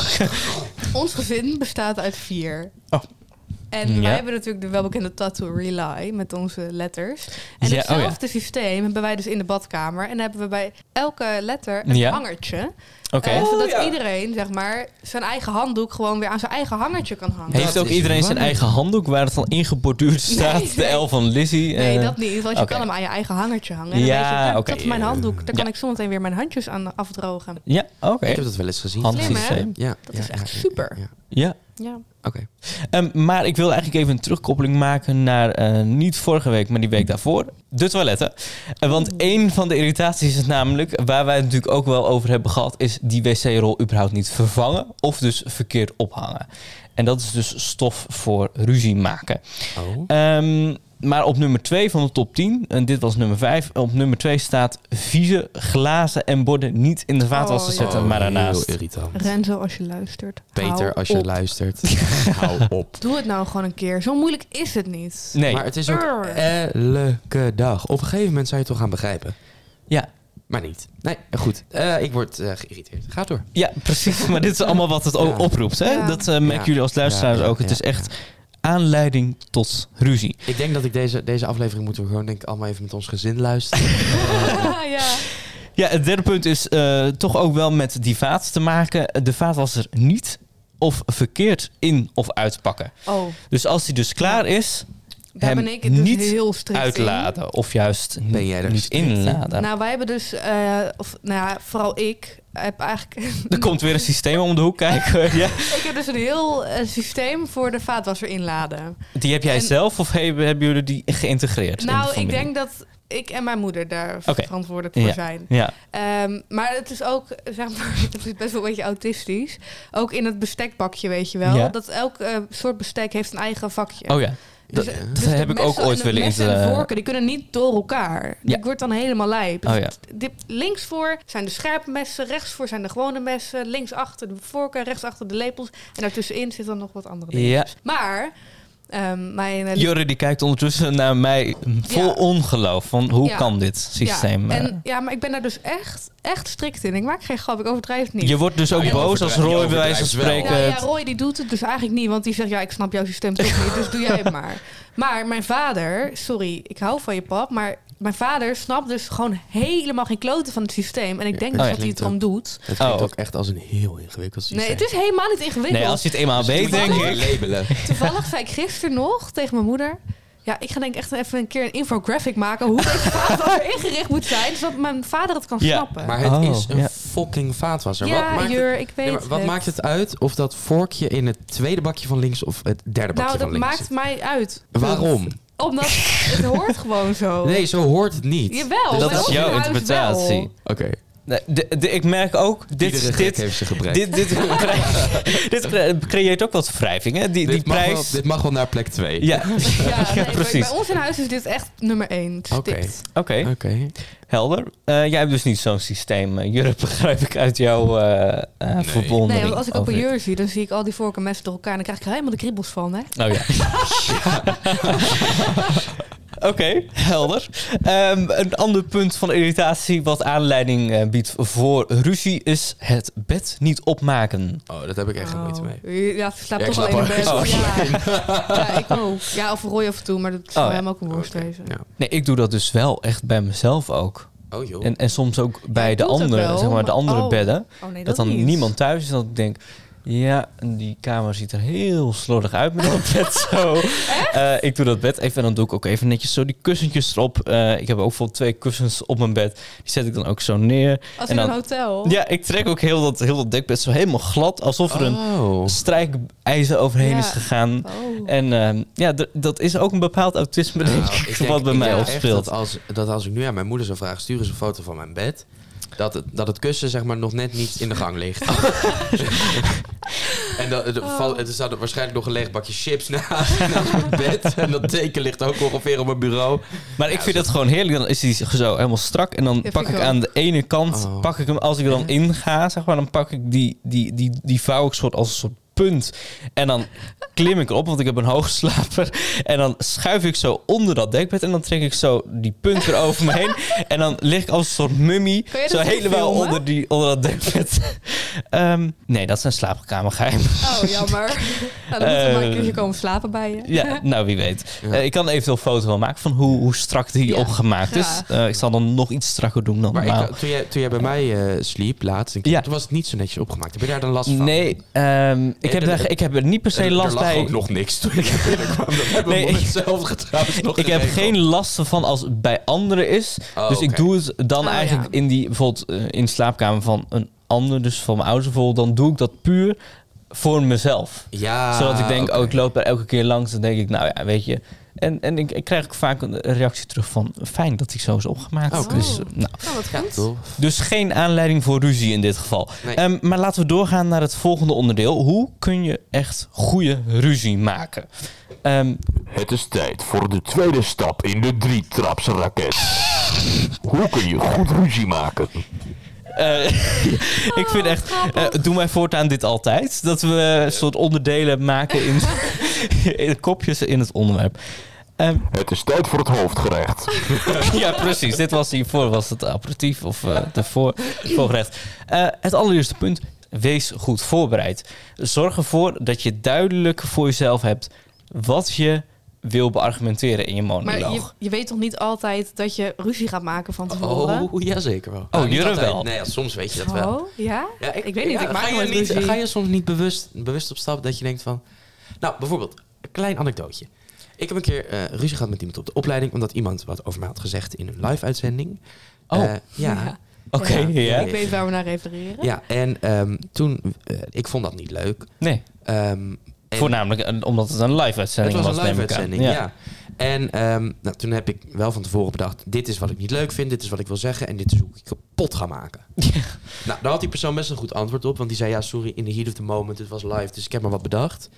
Ons gezin bestaat uit vier. Oh. En Ja. wij hebben natuurlijk de welbekende tattoo Rely met onze letters. En Ja, oh ja. hetzelfde systeem hebben wij dus in de badkamer. En dan hebben we bij elke letter een Ja. hangertje. Oké. Eh, zodat ja. iedereen, zeg maar, zijn eigen handdoek gewoon weer aan zijn eigen hangertje kan hangen. Heeft Dat ook is iedereen zijn waar. eigen handdoek waar het dan ingeborduurd staat? Nee, de nee. L van Lizzie? Nee, eh, dat niet. Want je oké. kan hem aan je eigen hangertje hangen. En dan Ja, weet je, hm, oké. dat is mijn handdoek. Daar kan Ja. ik zometeen weer mijn handjes aan afdrogen. Ja, oké. Ik heb dat wel eens gezien. Handsysteem. Ja, Dat ja, is echt ja, ja, super. ja. Ja. Ja. Oké. Um, maar ik wil eigenlijk even een terugkoppeling maken naar uh, niet vorige week, maar die week daarvoor. De toiletten. Uh, want één van de irritaties is namelijk, waar wij het natuurlijk ook wel over hebben gehad, is die wc-rol überhaupt niet vervangen of dus verkeerd ophangen. En dat is dus stof voor ruzie maken. Oh. Um, maar op nummer twee van de top tien, en dit was nummer vijf, op nummer twee staat vieze glazen en borden niet in de vaatwasser Oh, zetten, ja. maar Heel daarnaast. irritant. Renzo, als je luistert. Peter, hou als je op. luistert, hou op. Doe het nou gewoon een keer. Zo moeilijk is het niet. Nee, Maar het is ook Urgh. elke dag. Op een gegeven moment zou je het toch gaan begrijpen. ja. Maar niet. Nee, goed. Uh, ik word uh, geïrriteerd. Ga door. Ja, precies. Maar dit is allemaal wat het Ja. ook oproept. Hè? Ja. Dat uh, merken Ja. jullie als luisteraars Ja, ja, ook. Het ja, is echt ja. aanleiding tot ruzie. Ik denk dat ik deze, deze aflevering moeten we gewoon denk ik allemaal even met ons gezin luisteren. ja. Ja, het derde punt is uh, toch ook wel met die vaat te maken. De vaatwasser niet of verkeerd in of uitpakken. Oh, Dus als hij dus klaar is, daar hem ben ik dus niet heel strikt uitladen. Of juist Ben jij er niet strikt in? inladen. Nou, wij hebben dus, uh, of nou ja, vooral ik heb eigenlijk... Er komt weer een systeem om de hoek kijken. Ja. ik heb dus een heel uh, systeem voor de vaatwasser inladen. Die heb jij En- zelf of hebben, hebben jullie die geïntegreerd? in de Nou, ik familie? denk dat ik en mijn moeder daar Oké. verantwoordelijk voor Ja. zijn. Ja. Um, maar het is ook, zeg maar, het is best wel een beetje autistisch. Ook in het bestekbakje, weet je wel. Ja. Dat elk uh, soort bestek heeft een eigen vakje. Oh ja. Dus, Ja. uh, Dat dus de heb ik ook messen ooit en de willen messen en de inter- vorken, die kunnen niet door elkaar. Ja. Ik word dan helemaal lijp. Oh Dus ja. dit, links voor zijn de scherpe messen, rechts voor zijn de gewone messen, links achter de vorken, rechts achter de lepels. En daartussenin zitten dan nog wat andere dingen. Ja. Maar um, mijn... uh, Jorre die kijkt ondertussen naar mij vol Ja. ongeloof. Van hoe Ja. kan dit systeem? Ja, eh? en, ja, maar ik ben daar dus echt, echt strikt in. Ik maak geen grap, ik overdrijf het niet. Je wordt dus ook Nou, je boos als overdrijft- Roy je bij wijze van overdrijft wel. spreken... Ja, ja, Roy die doet het dus eigenlijk niet, want die zegt ja, ik snap jouw systeem toch niet, dus doe jij het maar. Maar mijn vader, sorry, ik hou van je pap, maar mijn vader snapt dus gewoon helemaal geen kloten van het systeem. En ik denk Ja, dus oh ja. dat hij het erom doet. Het klinkt Oh. ook echt als een heel ingewikkeld systeem. Nee, het is helemaal niet ingewikkeld. Nee, als je het eenmaal Dus weet, het denk moet ik. labelen. Toevallig zei ik gisteren nog tegen mijn moeder, Ja, ik ga denk ik echt even een keer een infographic maken... hoe deze vaatwasser ingericht moet zijn... zodat mijn vader het kan Ja. snappen. Maar het Oh, is een ja. fucking vaatwasser. ja, wat maakt Jur, het, ik weet nee, maar wat het. maakt het uit of dat vorkje in het tweede bakje van links... of het derde bakje Nou, dat van links maakt zit? mij uit. Waarom? Omdat het hoort gewoon zo. Nee, zo hoort het niet. Jawel. Dus dat bij is ons jouw in huis interpretatie. wel. Oké. Nee, de, de, ik merk ook, dit, Iedere gek dit, heeft zijn gebrek. dit, dit, cre- dit cre- creëert ook wat wrijving. Hè? Die, die dit, mag prijs... wel, dit mag wel naar plek twee. Ja, Ja, nee, bij- precies. Bij ons in huis is dit echt nummer één. Oké. Stikt. Oké, Oké. helder. Uh, jij hebt dus niet zo'n systeem. Uh, Jurre, begrijp ik uit jouw uh, uh, Nee. verwondering. Nee, want als ik op een over dit. jur zie, dan zie ik al die vorken messen door elkaar... en dan krijg ik er helemaal de kriebels van, hè? Oh ja. Oké, okay, helder. Um, een ander punt van irritatie wat aanleiding uh, biedt voor ruzie is het bed niet opmaken. Oh, dat heb ik echt geen moeite mee. Ja, ze slaapt Ja, ik toch wel in slaap een er bed. echt Ja. Ja, ik ook. Ja, of Roy af en toe, maar dat zou Oh, hem ja. ook een worst Oké, wezen. ja. Nee, ik doe dat dus wel echt bij mezelf ook. Oh joh. En, en soms ook bij ik de doe het ook andere, wel, zeg maar, de maar- andere oh. bedden. Oh nee, Dat dat dan niet. niemand thuis is. Dat ik denk, ja, die kamer ziet er heel slordig uit met dat bed zo. Uh, ik doe dat bed even en dan doe ik ook even netjes zo die kussentjes erop. Uh, ik heb ook bijvoorbeeld twee kussens op mijn bed. Die zet ik dan ook zo neer. Als en in dan, een hotel. Ja, ik trek ook heel dat, heel dat dekbed zo helemaal glad. Alsof er een Oh. strijkijzer overheen Ja. is gegaan. Oh. En uh, ja, d- dat is ook een bepaald autisme, denk Nou, ik, ik denk- wat bij ik mij denk echt opspeelt. Dat als, dat als ik nu aan mijn moeder zou vragen, stuur eens een foto van mijn bed. Dat het, dat het kussen zeg maar nog net niet in de gang ligt. En dat, er, val- er staat waarschijnlijk nog een leeg bakje chips naast, naast mijn bed. En dat teken ligt ook ongeveer op mijn bureau. Maar ik Ja, vind zo- het gewoon heerlijk. Dan is hij zo helemaal strak. En dan Ja, pak vind ik ik aan de ene kant, Oh. pak ik hem, als ik er dan in ga, zeg maar, dan pak ik die, die, die, die vouw ik soort als een soort punt. En dan klim ik erop, want ik heb een hoogslaper. En dan schuif ik zo onder dat dekbed. En dan trek ik zo die punt weer over me heen. En dan lig ik als een soort mummie. Kun je Zo dat helemaal filmen? onder, die, onder dat dekbed. um, nee, dat zijn slaapkamergeheimen. Oh, jammer. Nou, dan moet er maar een Eh, keertje komen slapen bij je. Ja, nou wie weet. Ja. Uh, ik kan eventueel een foto wel maken van hoe, hoe strak die Ja, opgemaakt is. graag. Uh, ik zal dan nog iets strakker doen dan Maar normaal. ik, toen, jij, toen jij bij mij uh, sliep laatst, een keer, Ja. toen was het niet zo netjes opgemaakt. Heb je daar dan last van? Nee, um, ik, heb er- daar, ik heb er niet per se Er- last er lag bij. ook nog niks toen ik binnenkwam. Dat hebben Nee, we ik- hetzelfde getrouwd nog Ik heb geregeld. geen last van als het bij anderen is. Oh, dus ik oké. doe het dan Oh, eigenlijk ja. in die bijvoorbeeld uh, in de slaapkamer van een ander, dus van mijn ouders bijvoorbeeld. Dan doe ik dat puur voor mezelf. Ja, Zodat ik denk, oké. oh, ik loop daar elke keer langs. Dan denk ik, nou ja, weet je. En, en ik, ik krijg ook vaak een reactie terug van fijn dat hij zo is opgemaakt. Oké. Dus, uh, nou. Oh, wat Ja, goed. tof. dus geen aanleiding voor ruzie in dit geval. Nee. Um, maar laten we doorgaan naar het volgende onderdeel. Hoe kun je echt goede ruzie maken? Um, Het is tijd voor de tweede stap in de drietrapsraket. Hoe kun je goed ruzie maken? Uh, ik vind echt, uh, doe mij voortaan dit altijd. Dat we een soort onderdelen maken in, in kopjes in het onderwerp. Um, Het is tijd voor het hoofdgerecht. ja, precies. Dit was hiervoor, was het aperitief of uh, de voor, voorgerecht. Uh, het allereerste punt, wees goed voorbereid. Zorg ervoor dat je duidelijk voor jezelf hebt wat je wil beargumenteren in je monoloog. Maar je, je weet toch niet altijd dat je ruzie gaat maken van tevoren? Oh, ja, zeker wel. Oh, Nou, niet jullie altijd. wel. Nee, ja, soms weet je dat wel. Oh, ja? Ja, Ik weet niet, ik maak ga, je nooit niet ruzie. ga je soms niet bewust, bewust op stap dat je denkt van... Nou, bijvoorbeeld, een klein anekdootje. Ik heb een keer uh, ruzie gehad met iemand op de opleiding... omdat iemand wat over mij had gezegd in een live-uitzending. Oh. Uh, ja. Ja. Oké, okay, ja. ja. Ik weet waar we naar refereren. Ja, en um, toen... Uh, ik vond dat niet leuk. Nee. Um, en Voornamelijk uh, omdat het een live-uitzending was. Het was een neem ik aan. live-uitzending, ja. ja. En um, nou, toen heb ik wel van tevoren bedacht... dit is wat ik niet leuk vind, dit is wat ik wil zeggen... en dit is hoe ik kapot ga maken. Ja. Nou, daar had die persoon best een goed antwoord op... want die zei, ja, sorry, in the heat of the moment, het was live... dus ik heb maar wat bedacht.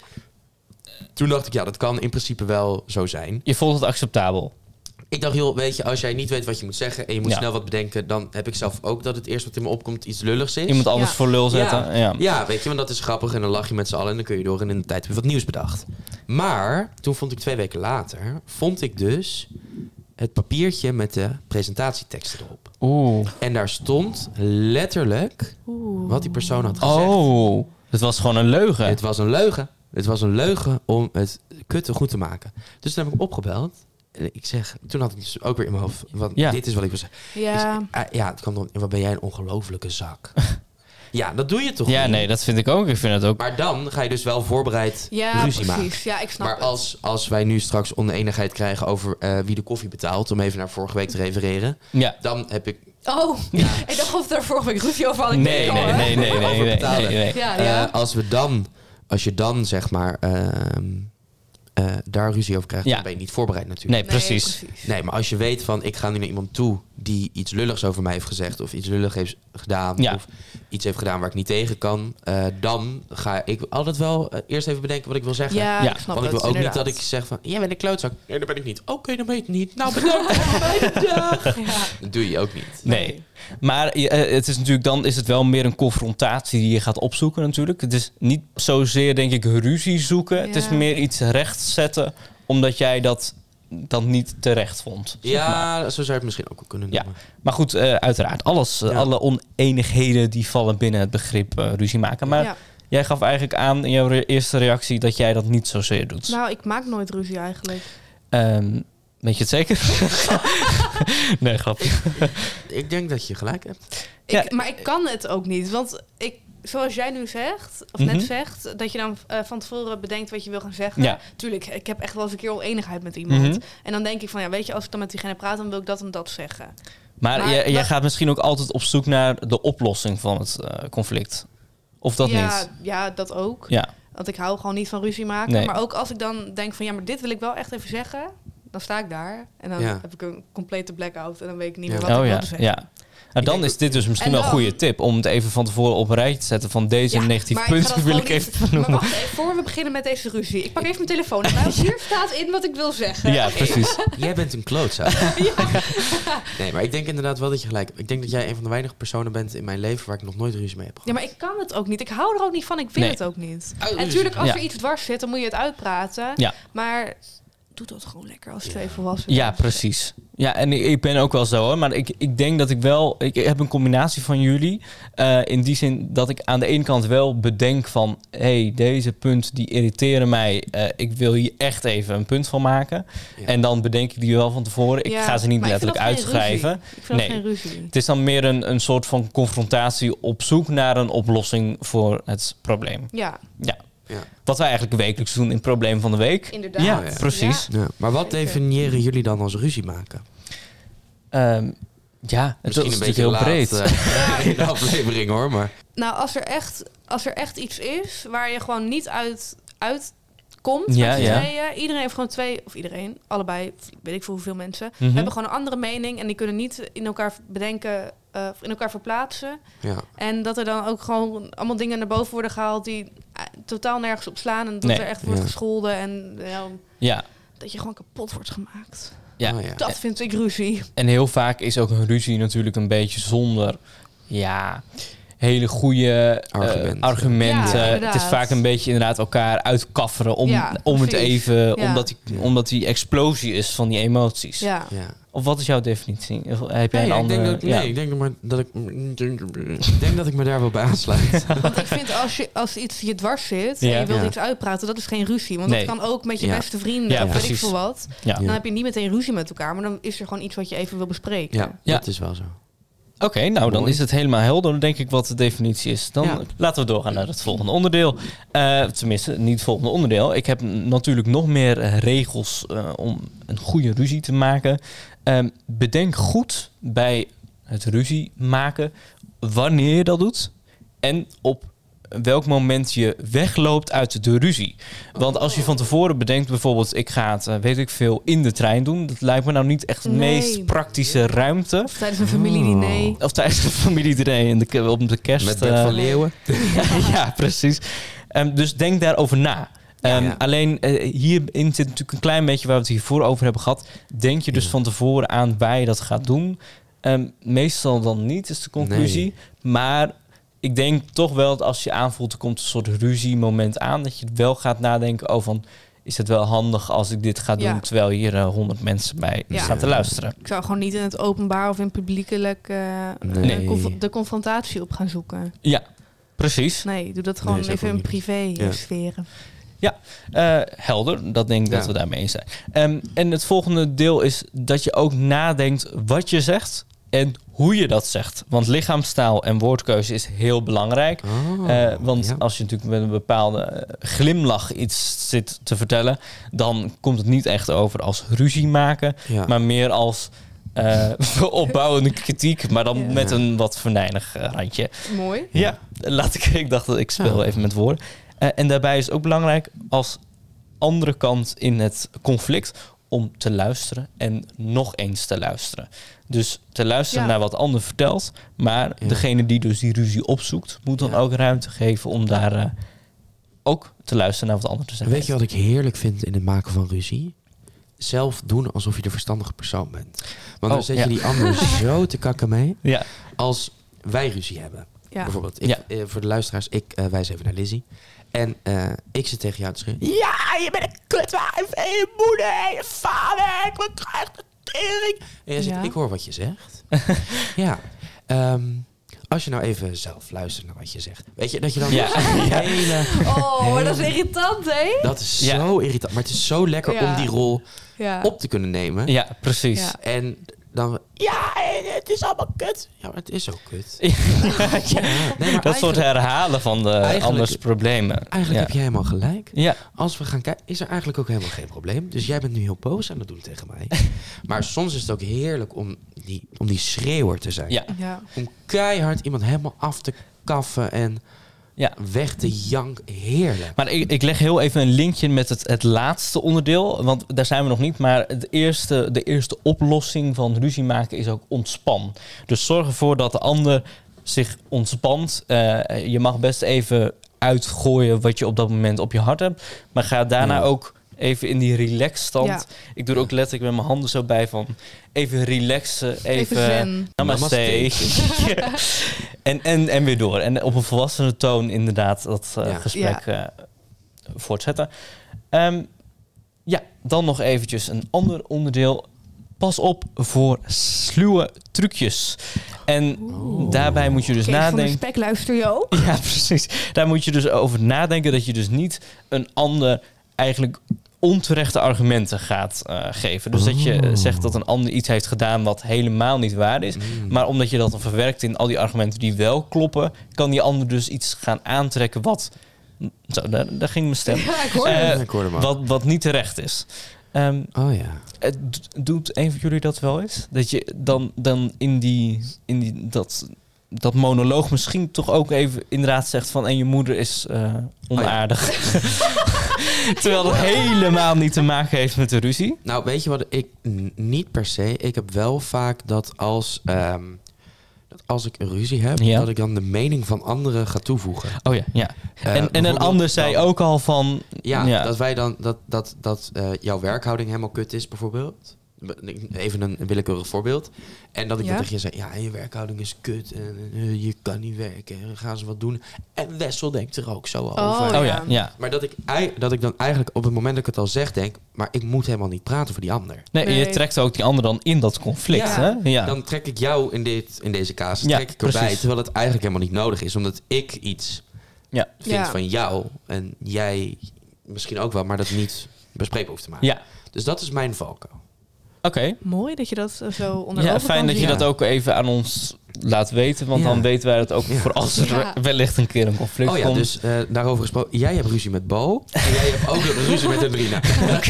Toen dacht ik, ja, dat kan in principe wel zo zijn. Je vond het acceptabel? Ik dacht, joh, weet je, als jij niet weet wat je moet zeggen... en je moet ja. snel wat bedenken... dan heb ik zelf ook dat het eerst wat in me opkomt iets lulligs is. Iemand anders Ja. voor lul zetten? Ja. Ja. ja, weet je, want dat is grappig en dan lach je met z'n allen... en dan kun je door en in de tijd heb je wat nieuws bedacht. Maar toen vond ik twee weken later... vond ik dus het papiertje met de presentatieteksten erop. Oeh. En daar stond letterlijk Oeh. wat die persoon had gezegd. Oh, het was gewoon een leugen. Het was een leugen. Het was een leugen om het kutten goed te maken. Dus toen heb ik hem opgebeld... En ik zeg, toen had ik dus ook weer in mijn hoofd... Want Ja. dit is wat ik wil zeggen. Ja. Ik zeg, ah, ja, het kwam dan... Wat ben jij een ongelofelijke zak. Ja, dat doe je toch Ja, niet? nee, dat vind ik ook. Ik vind het ook... Maar dan ga je dus wel voorbereid Ja, ruzie precies. maken. Ja, ik snap Maar het. als, als wij nu straks oneenigheid krijgen over uh, wie de koffie betaalt... om even naar vorige week te refereren... Ja. dan heb ik... Oh, ja. Ik dacht of er vorige week ruzie over had. Ik Nee, denk, nee, oh, nee, nee, nee, nee, nee, betalen. nee. Ja, ja. Uh, als we dan... Als je dan, zeg maar... Uh, uh, daar ruzie over krijgt... Ja. dan ben je niet voorbereid natuurlijk. Nee, precies. Nee, precies. Nee, maar als je weet van... ik ga nu naar iemand toe... die iets lulligs over mij heeft gezegd... of iets lulligs heeft gedaan... Ja. of iets heeft gedaan waar ik niet tegen kan... Uh, dan ga ik altijd wel uh, eerst even bedenken wat ik wil zeggen. Ja, Ja. ik snap Want ik het, wil ook inderdaad. niet dat ik zeg van... jij bent een klootzak. Nee, dat ben ik niet. Oké, okay, dan ben je het niet. Nou, bedankt. Fijne dag. Ja. Dat doe je ook niet. Nee. Maar uh, het is natuurlijk, dan is het wel meer een confrontatie die je gaat opzoeken natuurlijk. Het is niet zozeer, denk ik, ruzie zoeken. Ja. Het is meer iets rechtzetten, omdat jij dat dan niet terecht vond. Zeg Ja, maar. zo zou je het misschien ook wel kunnen Ja. noemen. Maar goed, uh, uiteraard. Alles, uh, Ja. alle oneenigheden die vallen binnen het begrip uh, ruzie maken. Maar Ja. jij gaf eigenlijk aan in jouw re- eerste reactie dat jij dat niet zozeer doet. Nou, ik maak nooit ruzie eigenlijk. Um, weet je het zeker? Nee, grapje. Ik denk dat je gelijk hebt. Ja. Ik, maar ik kan het ook niet. Want ik, zoals jij nu zegt, of Mhm. net zegt... dat je dan uh, van tevoren bedenkt wat je wil gaan zeggen. Ja. Tuurlijk, ik heb echt wel eens een keer oneenigheid met iemand. Mhm. En dan denk ik van, ja, weet je, als ik dan met diegene praat... dan wil ik dat en dat zeggen. Maar, Maar- jij, jij maar- gaat misschien ook altijd op zoek naar de oplossing van het uh, conflict. Of dat ja, niet? Ja, dat ook. Ja. Want ik hou gewoon niet van ruzie maken. Nee. Maar ook als ik dan denk van, ja, maar dit wil ik wel echt even zeggen... dan sta ik daar en dan Ja. heb ik een complete blackout... en dan weet ik niet meer Ja. wat Oh ik ja, wilde zeggen. ja. Nou, dan denk is dit dus misschien En wel een dan- goede tip om het even van tevoren op een rijtje te zetten van deze Ja, negatieve maar ik ga punten dat wil ik gewoon even niet- noemen. Maar wacht even, voor we beginnen met deze ruzie. Ik pak even mijn telefoon. En hier staat in wat ik wil zeggen. Ja, precies. Jij bent een klootzak. Nee, maar ik denk inderdaad wel dat je gelijk hebt. Ik denk dat jij een van de weinige personen bent in mijn leven... waar ik nog nooit ruzie mee heb gehad. Ja, maar ik kan het ook niet. Ik hou er ook niet van. Ik wil Nee. het ook niet. Oh, En ruzie. natuurlijk, als Ja. er iets dwars zit, dan moet je het uitpraten. Ja. Maar doe dat gewoon lekker als twee volwassenen. Ja, precies. Ja, en ik, ik ben ook wel zo hoor. Maar ik, ik denk dat ik wel... Ik, ik heb een combinatie van jullie. Uh, in die zin dat ik aan de ene kant wel bedenk van... hé, hey, deze punten die irriteren mij. Uh, ik wil hier echt even een punt van maken. Ja. En dan bedenk ik die wel van tevoren. Ik Ja, ga ze niet maar ik vind letterlijk dat geen uitschrijven. ruzie. Ik vind Nee. dat geen ruzie. Het is dan meer een, een soort van confrontatie op zoek naar een oplossing voor het probleem. Ja, Ja. Wat wij eigenlijk wekelijks doen in het probleem van de week. inderdaad. Ja, ja. precies. Ja. Maar wat Zeker. definiëren jullie dan als ruzie maken? Um, ja, het Misschien is een natuurlijk beetje heel laat, breed. uh, in de aflevering hoor, maar... Nou, als er, echt, als er echt iets is waar je gewoon niet uit, uit komt Ja, met z'n ja. tweeën. Iedereen heeft gewoon twee, of iedereen, allebei, weet ik veel hoeveel mensen... Mhm. hebben gewoon een andere mening en die kunnen niet in elkaar bedenken... Uh, of in elkaar verplaatsen. Ja. En dat er dan ook gewoon allemaal dingen naar boven worden gehaald... die uh, totaal nergens op slaan. En dat Nee. er echt wordt Ja. gescholden en ja, Ja, dat je gewoon kapot wordt gemaakt. ja. Oh, ja. Dat vind ik ruzie. En heel vaak is ook een ruzie natuurlijk een beetje zonder... ja, hele goede uh, Argumenten. argumenten. Ja, het is inderdaad. vaak een beetje inderdaad elkaar uitkafferen... om, Ja, om het precies. even... Ja. Omdat, die, Ja. omdat die explosie is van die emoties. Ja. Ja. Of wat is jouw definitie? Of heb jij Nee, een ik andere... denk dat, ja. nee, ik denk maar dat ik, ik denk dat ik me daar wel bij aansluit. Want ik vind als, je, als iets je dwars zit... Ja. en je wilt Ja. iets uitpraten, dat is geen ruzie. Want Nee. dat kan ook met je Ja. beste vrienden Ja, of weet ik precies. veel wat. Ja. Dan heb je niet meteen ruzie met elkaar... maar dan is er gewoon iets wat je even wil bespreken. Ja, Ja. dat is wel zo. Oké, nou dan Mooi. is het helemaal helder, denk ik, wat de definitie is. Dan Ja. laten we doorgaan naar het volgende onderdeel. Uh, tenminste, niet het volgende onderdeel. Ik heb natuurlijk nog meer uh, regels uh, om een goede ruzie te maken. Um, bedenk goed bij het ruzie maken wanneer je dat doet en op welk moment je wegloopt uit de ruzie. Want als je van tevoren bedenkt bijvoorbeeld... ik ga het, uh, weet ik veel, in de trein doen... dat lijkt me nou niet echt de Nee. meest praktische ruimte. Of tijdens een familiediner. Of tijdens de familiediner in de, op de kerst. Met Bert uh, van Leeuwen. ja, precies. Um, dus denk daarover na. Um, Ja. Alleen uh, hierin zit natuurlijk een klein beetje... waar we het hiervoor over hebben gehad. Denk je dus Ja. van tevoren aan waar je dat gaat doen. Um, meestal dan niet, is de conclusie. Nee. Maar... ik denk toch wel dat als je aanvoelt... er komt een soort ruziemoment aan... dat je wel gaat nadenken over... van, is het wel handig als ik dit ga doen... Ja. terwijl hier honderd uh, mensen bij Ja. staan te luisteren. Ik zou gewoon niet in het openbaar of in publiekelijk uh, Nee. de, conf- de confrontatie op gaan zoeken. Ja, precies. Nee, doe dat gewoon Nee, zou ik even ook in niet privé Ja. sferen. Uh, helder, dat denk ik Ja. dat we daarmee eens zijn. Um, en het volgende deel is dat je ook nadenkt wat je zegt... en hoe je dat zegt. Want lichaamstaal en woordkeuze is heel belangrijk. Oh, Uh, want ja. als je natuurlijk met een bepaalde glimlach iets zit te vertellen, dan komt het niet echt over als ruzie maken, Ja. maar meer als uh, opbouwende kritiek, maar dan Ja. met een wat venijnig uh, randje. Mooi. Ja, laat ik, ik dacht dat ik speel Ja. even met woorden. Uh, en daarbij is het ook belangrijk als andere kant in het conflict om te luisteren en nog eens te luisteren. Dus te luisteren Ja. naar wat de ander vertelt, maar Ja. degene die dus die ruzie opzoekt, moet dan Ja. ook ruimte geven om daar uh, ook te luisteren naar wat de ander te zeggen Weet je wat ik heerlijk vind in het maken van ruzie? Zelf doen alsof je de verstandige persoon bent. Want dan Oh, zet ja. je die ander zo te kakken mee. Ja, Als wij ruzie hebben. Ja. Bijvoorbeeld, ik, Ja. eh, voor de luisteraars, ik uh, wijs even naar Lizzie. En uh, ik zit tegen jou te schreeuwen. Ja, je bent een kutwijf. En je moeder en je vader. Ik ben krijg de tering. En jij zegt, Ja. ik hoor wat je zegt. Ja. Um, als je nou even zelf luistert naar wat je zegt. Weet je, dat je dan... Ja. een hele, Oh, maar dat is irritant, hè? dat is Ja. zo irritant. Maar het is zo lekker Ja. om die rol Ja. op te kunnen nemen. ja precies. Ja. En dan... Ja, het is allemaal kut. Ja, maar het is ook kut. Ja. Ja. Nee, maar Dat soort eigenlijk, herhalen van de Eigenlijk- anders problemen. eigenlijk ja. heb jij helemaal gelijk. Ja, Als we gaan kijken, is er eigenlijk ook helemaal geen probleem. Dus jij bent nu heel boos aan het doen tegen mij. Maar soms is het ook heerlijk om die, om die schreeuwer te zijn. ja, Ja. Om keihard iemand helemaal af te kaffen en ja. weg te janken. Heerlijk. Maar ik, ik leg heel even een linkje met het, het laatste onderdeel. Want daar zijn we nog niet. Maar het eerste, de eerste oplossing van ruzie maken is ook ontspan. Dus zorg ervoor dat de ander zich ontspant. Uh, je mag best even uitgooien wat je op dat moment op je hart hebt. Maar ga daarna Ja. ook even in die relaxstand. Ja. Ik doe er ook letterlijk met mijn handen zo bij van even relaxen. Even, Even zen. Namaste. Namaste. Ja. en, en, en weer door. En op een volwassene toon inderdaad dat uh, Ja. gesprek uh, voortzetten. Um, ja, dan nog eventjes een ander onderdeel. Pas op voor sluwe trucjes. En Oeh. daarbij moet je dus Kees van de nadenken... Spek, luister je ook? Ja, precies. Daar moet je dus over nadenken dat je dus niet een ander eigenlijk onterechte argumenten gaat uh, geven. Dus dat je uh, zegt dat een ander iets heeft gedaan wat helemaal niet waar is. Mm. Maar omdat je dat dan verwerkt in al die argumenten die wel kloppen, kan die ander dus iets gaan aantrekken wat... Zo, daar, daar ging mijn stem. Ja, ik hoor Eh, het. ik hoorde maar. Wat, wat niet terecht is. Um, Oh ja. het d- doet een van jullie dat wel eens? Dat je dan, dan in die, in die dat, dat monoloog misschien toch ook even inderdaad zegt van en je moeder is uh, onaardig. Terwijl dat helemaal niet te maken heeft met de ruzie. Nou, weet je wat? Ik n- niet per se. Ik heb wel vaak dat als, ehm, dat als ik een ruzie heb, Ja. dat ik dan de mening van anderen ga toevoegen. Oh ja, ja. Eh, en, en een bijvoorbeeld ander zei dan- ook al van... Ja, Ja. dat wij dan dat, dat, dat uh, jouw werkhouding helemaal kut is, bijvoorbeeld. Even een willekeurig voorbeeld. En dat ik Ja. dan tegen je zei, ja, je werkhouding is kut en uh, je kan niet werken en gaan ze wat doen. En Wessel denkt er ook zo over. Oh, Oh ja. ja, ja. Maar dat ik, ei- dat ik dan eigenlijk op het moment dat ik het al zeg, denk, maar ik moet helemaal niet praten voor die ander. Nee, Nee. je trekt ook die ander dan in dat conflict, Ja. hè? Ja. Dan trek ik jou in, dit, in deze casus Ja, trek ik erbij, precies. terwijl het eigenlijk helemaal niet nodig is, omdat ik iets Ja. vind Ja. van jou en jij misschien ook wel, maar dat niet bespreekbaar hoeft te maken. Ja, Dus dat is mijn valkuil. oké. Mooi dat je dat uh, zo onder Ja, ogen fijn kan dat je zien. Ja. dat ook even aan ons laat weten. Want Ja. dan weten wij het ook Ja. voor als er Ja. wellicht een keer een conflict Oh ja, komt. dus uh, daarover gesproken. Jij hebt ruzie met Bo. En jij hebt ook ruzie met Andrina.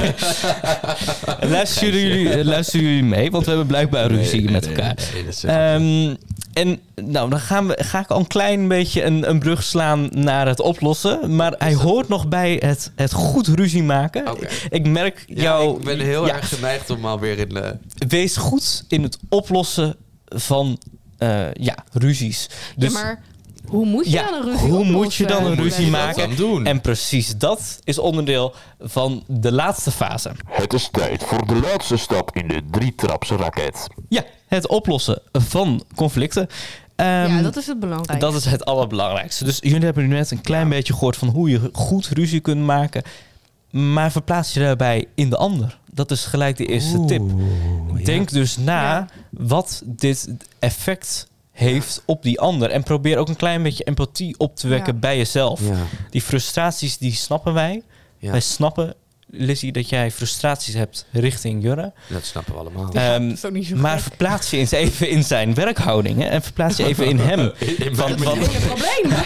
Luisteren jullie, luisteren jullie mee? Want we hebben blijkbaar ruzie met elkaar. Nee, dat is echt- Ehm, en nou, dan gaan we, ga ik al een klein beetje een, een brug slaan naar het oplossen. Maar hij hoort nog bij het, het goed ruzie maken. Oké. Ik merk Ja, jou... ik ben heel ja, erg geneigd om alweer in de... Wees goed in het oplossen van uh, ja, ruzies. Dus, ja, maar hoe moet je Ja, dan een ruzie hoe moet je dan een oplossen? ruzie Weet je maken? dat? dan doen. En precies dat is onderdeel van de laatste fase. Het is tijd voor de laatste stap in de drietrapsraket. Ja, het oplossen van conflicten. Um, Ja, dat is het belangrijkste. Dat is het allerbelangrijkste. Dus jullie hebben nu net een klein Ja. beetje gehoord van hoe je goed ruzie kunt maken. Maar verplaats je daarbij in de ander. Dat is gelijk de eerste Oeh, tip. ja. Denk dus na Ja. wat dit effect heeft op die ander. En probeer ook een klein beetje empathie op te wekken Ja. bij jezelf. Ja, Die frustraties, die snappen wij. ja. Wij snappen Lizzie, dat jij frustraties hebt richting Jurre. Dat snappen we allemaal. Um, dat is ook niet zo maar gek. verplaats je eens even in zijn werkhouding. Hè, en verplaats je even in hem. In, in Van- mijn van- manier. Geen probleem.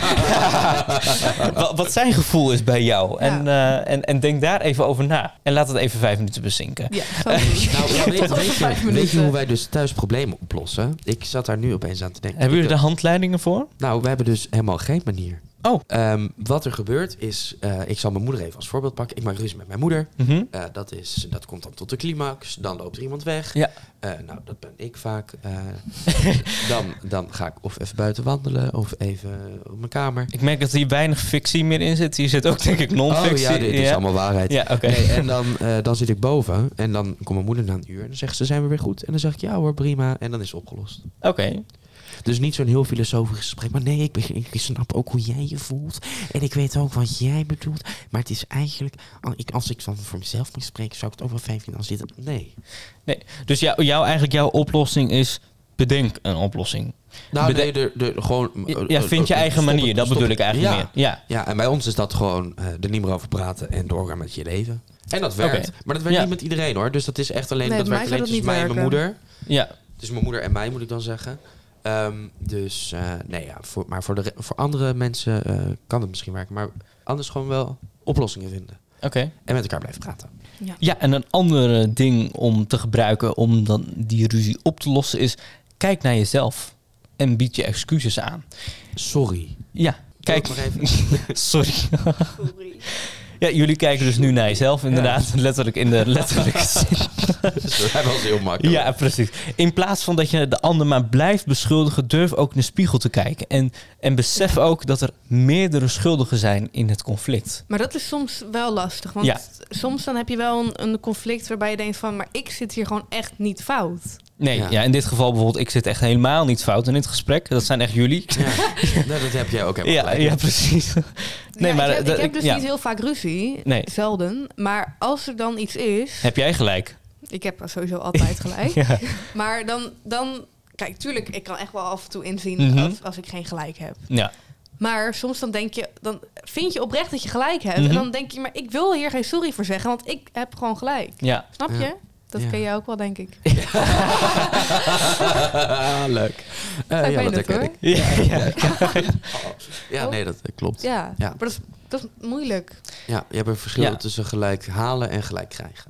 wat, wat zijn gevoel is bij jou. Ja. En, uh, en, en denk daar even over na. En laat het even vijf minuten bezinken. Ja, zo doen. Nou, ja, weet, Tot over weet, vijf je, weet je minuten. hoe wij dus thuis problemen oplossen? Ik zat daar nu opeens aan te denken. Hebben Ik jullie de handleidingen voor? Nou, we hebben dus helemaal geen manier. Oh. Um, wat er gebeurt is, uh, ik zal mijn moeder even als voorbeeld pakken. Ik maak ruzie met mijn moeder. Mm-hmm. Uh, dat, is, dat komt dan tot de climax. Dan loopt er iemand weg. Ja. Uh, nou, dat ben ik vaak. Uh, dan, dan ga ik of even buiten wandelen of even op mijn kamer. Ik merk dat hier weinig fictie meer in zit. Hier zit ook denk ik non-fictie. Oh ja, dit is ja. allemaal waarheid. Ja, oké. Nee, en dan, uh, dan zit ik boven en dan komt mijn moeder na een uur en dan zegt ze, zijn we weer goed? En dan zeg ik, ja hoor, prima. En dan is het opgelost. Oké. Okay. Dus niet zo'n heel filosofisch gesprek. Maar nee, ik, begin, ik snap ook hoe jij je voelt. En ik weet ook wat jij bedoelt. Maar het is eigenlijk... Als ik dan voor mezelf moet spreken, zou ik het ook wel fijn vinden als dit... Nee. nee. Dus jou, jou, eigenlijk jouw oplossing is... Bedenk een oplossing. Nou, Bedenk, nee, de, de, gewoon... Ja, vind je eigen stop, manier. Dat stop, bedoel ik eigenlijk ja. meer. Ja. ja, en bij ons is dat gewoon uh, er niet meer over praten en doorgaan met je leven. En dat werkt. Okay. Maar dat werkt ja. niet met iedereen hoor. Dus dat is echt alleen... Nee, dat werkt alleen tussen mij en mijn moeder. Ja. Tussen mijn moeder en mij, moet ik dan zeggen. Um, dus, uh, nee ja, voor, maar voor, de, voor andere mensen uh, kan het misschien werken. Maar anders gewoon wel oplossingen vinden. Oké. Okay. En met elkaar blijven praten. Ja. ja, en een ander ding om te gebruiken om dan die ruzie op te lossen is... Kijk naar jezelf en bied je excuses aan. Sorry. Ja, kijk maar even. Sorry. Sorry. Ja, jullie kijken dus nu naar jezelf, inderdaad. Ja. Letterlijk in de letterlijke zin. Dat was heel makkelijk. Ja, precies. In plaats van dat je de ander maar blijft beschuldigen, durf ook in de spiegel te kijken. En, en besef ook dat er meerdere schuldigen zijn in het conflict. Maar dat is soms wel lastig. Want ja. soms dan heb je wel een, een conflict waarbij je denkt van... maar ik zit hier gewoon echt niet fout. Nee, ja. ja, in dit geval bijvoorbeeld, ik zit echt helemaal niet fout in dit gesprek. Dat zijn echt jullie. Ja, nee, dat heb jij ook helemaal. Ja, ja, precies. Nee, ja, maar, ik heb, dat, ik heb dus ja. niet heel vaak ruzie. Nee. Zelden. Maar als er dan iets is... Heb jij gelijk? Ik heb sowieso altijd gelijk. ja. Maar dan, dan... Kijk, tuurlijk, ik kan echt wel af en toe inzien mm-hmm. als, als ik geen gelijk heb. Ja. Maar soms dan denk je... Dan vind je oprecht dat je gelijk hebt. Mm-hmm. En dan denk je, maar ik wil hier geen sorry voor zeggen. Want ik heb gewoon gelijk. Ja. Snap je? Ja. Dat ja. ken je ook wel, denk ik. Leuk. Uh, ja, dat herken ik. Ja, ja. ja, nee, dat klopt. Ja, ja. maar dat is, dat is moeilijk. Ja, je hebt een verschil ja. tussen gelijk halen en gelijk krijgen.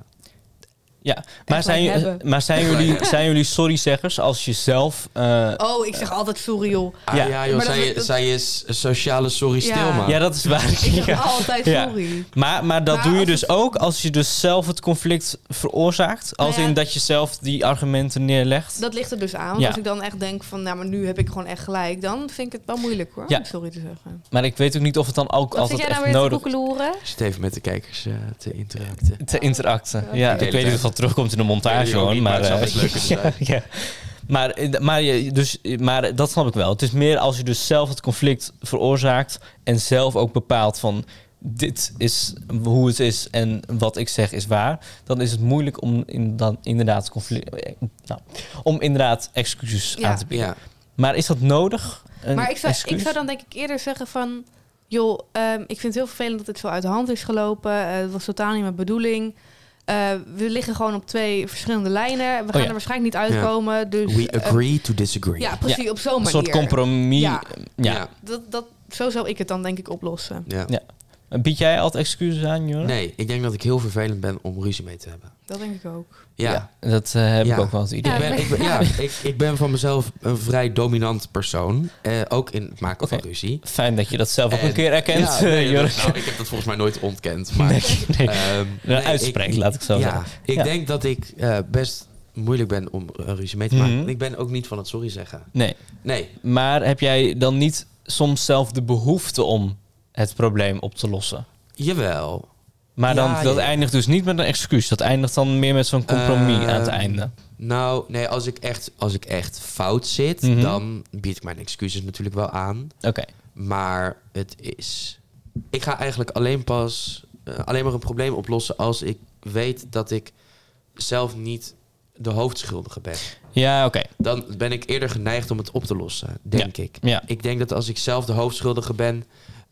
Ja, maar zijn, maar zijn jullie, zijn jullie sorryzeggers als je zelf... Uh... Oh, ik zeg altijd sorry, joh. Ah, ja, ja joh, maar zij, dat, zij is sociale sorry ja. stil, man. Ja, dat is waar. Ik zeg ja. altijd sorry. Ja. Maar, maar dat maar doe je dus het... ook als je dus zelf het conflict veroorzaakt? Als nou ja, in dat je zelf die argumenten neerlegt? Dat ligt er dus aan. Want ja. als ik dan echt denk van, nou, maar nu heb ik gewoon echt gelijk... dan vind ik het wel moeilijk, hoor, ja. om sorry te zeggen. Maar ik weet ook niet of het dan ook Wat altijd vind jij echt nou nodig is. Ik zit even met de kijkers uh, te interacten. Te interacten. Ja, ja ik weet niet of dat terugkomt in de montage, hoor. Niet, maar, maar het uh, ja, ja. Maar, maar, dus, maar dat snap ik wel. Het is meer als je dus zelf het conflict veroorzaakt... en zelf ook bepaalt van... dit is hoe het is en wat ik zeg is waar... dan is het moeilijk om in, dan inderdaad, conflict, nou, om inderdaad excuses ja. aan te bieden. Ja. Maar is dat nodig? Maar ik zou, ik zou dan denk ik eerder zeggen van... joh, um, ik vind het heel vervelend dat het zo uit de hand is gelopen. Uh, het was totaal niet mijn bedoeling... Uh, we liggen gewoon op twee verschillende lijnen. We gaan oh ja. er waarschijnlijk niet uitkomen. Ja. Dus, we agree uh, to disagree. Ja, precies, ja. op zo'n manier. Een soort compromis. Ja, ja. ja. Dat, dat, zo zou ik het dan denk ik oplossen. Ja. Ja. Bied jij altijd excuses aan, Jurre? Nee, ik denk dat ik heel vervelend ben om ruzie mee te hebben. Dat denk ik ook. Ja, ja dat uh, heb ja. ik ook wel het idee. Ik ben, ik ben, ja, ik, ik ben van mezelf een vrij dominant persoon. Uh, ook in het maken okay. van ruzie. Fijn dat je dat zelf en, ook een keer erkent, ja, nee, Jurre. Nou, ik heb dat volgens mij nooit ontkend. Maar, nee, nee. Um, nee, uitspreekt, laat ik zo ja, zeggen. Ik ja. denk dat ik uh, best moeilijk ben om een ruzie mee te maken. Mm-hmm. Ik ben ook niet van het sorry zeggen. Nee. nee. Maar heb jij dan niet soms zelf de behoefte om het probleem op te lossen? Jawel. Maar dan, ja, dat ja. eindigt dus niet met een excuus. Dat eindigt dan meer met zo'n compromis uh, aan het einde. Nou, nee, als ik echt, als ik echt fout zit... Mm-hmm. dan bied ik mijn excuses natuurlijk wel aan. Oké. Okay. Maar het is... Ik ga eigenlijk alleen pas... Uh, alleen maar een probleem oplossen... als ik weet dat ik zelf niet de hoofdschuldige ben. Ja, oké. Okay. Dan ben ik eerder geneigd om het op te lossen, denk ja. ik. Ja. Ik denk dat als ik zelf de hoofdschuldige ben...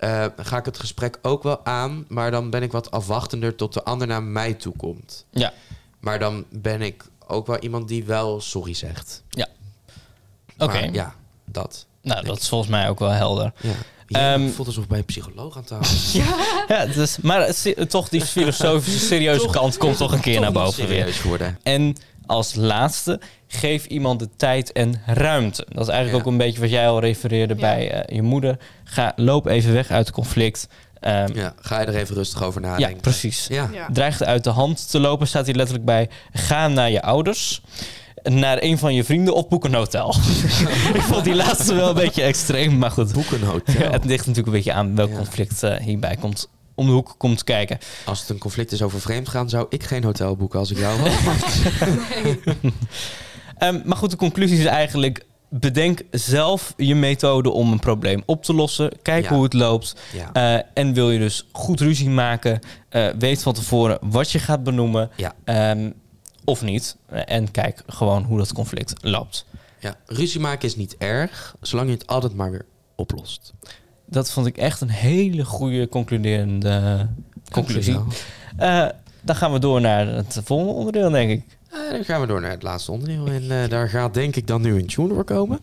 uh, ga ik het gesprek ook wel aan, maar dan ben ik wat afwachtender tot de ander naar mij toe komt. Ja. Maar dan ben ik ook wel iemand die wel sorry zegt. Ja. Oké. Okay. Ja, dat. Nou, dat is volgens mij ook wel helder. Ja. Ja, um, het voelt alsof ik bij een psycholoog aan tafel. ja, ja dus, maar het, toch die filosofische, serieuze toch, kant komt toch een keer toch naar boven weer. Worden. En als laatste, geef iemand de tijd en ruimte. Dat is eigenlijk ja. ook een beetje wat jij al refereerde ja. bij uh, je moeder. Ga, loop even weg uit het conflict. Um, ja, ga je er even rustig over nadenken. Ja, precies. Ja. Ja. Dreigt uit de hand te lopen, staat hier letterlijk bij. Ga naar je ouders. Naar een van je vrienden of boek een hotel. Ik vond die laatste wel een beetje extreem, maar goed. Boek een hotel. Ja, het ligt natuurlijk een beetje aan welk ja. conflict uh, hierbij komt. Om de hoek komt kijken. Als het een conflict is over vreemdgaan, zou ik geen hotel boeken als ik jou was. nee. um, maar goed, de conclusie is eigenlijk... Bedenk zelf je methode om een probleem op te lossen. Kijk ja. hoe het loopt. Ja. Uh, en wil je dus goed ruzie maken... Uh, weet van tevoren wat je gaat benoemen... Ja. Um, of niet. En kijk gewoon hoe dat conflict loopt. Ja, ruzie maken is niet erg... zolang je het altijd maar weer oplost. Dat vond ik echt een hele goede concluderende conclusie. Uh, dan gaan we door naar het volgende onderdeel, denk ik. Uh, dan gaan we door naar het laatste onderdeel. En uh, daar gaat denk ik dan nu een tune voor komen.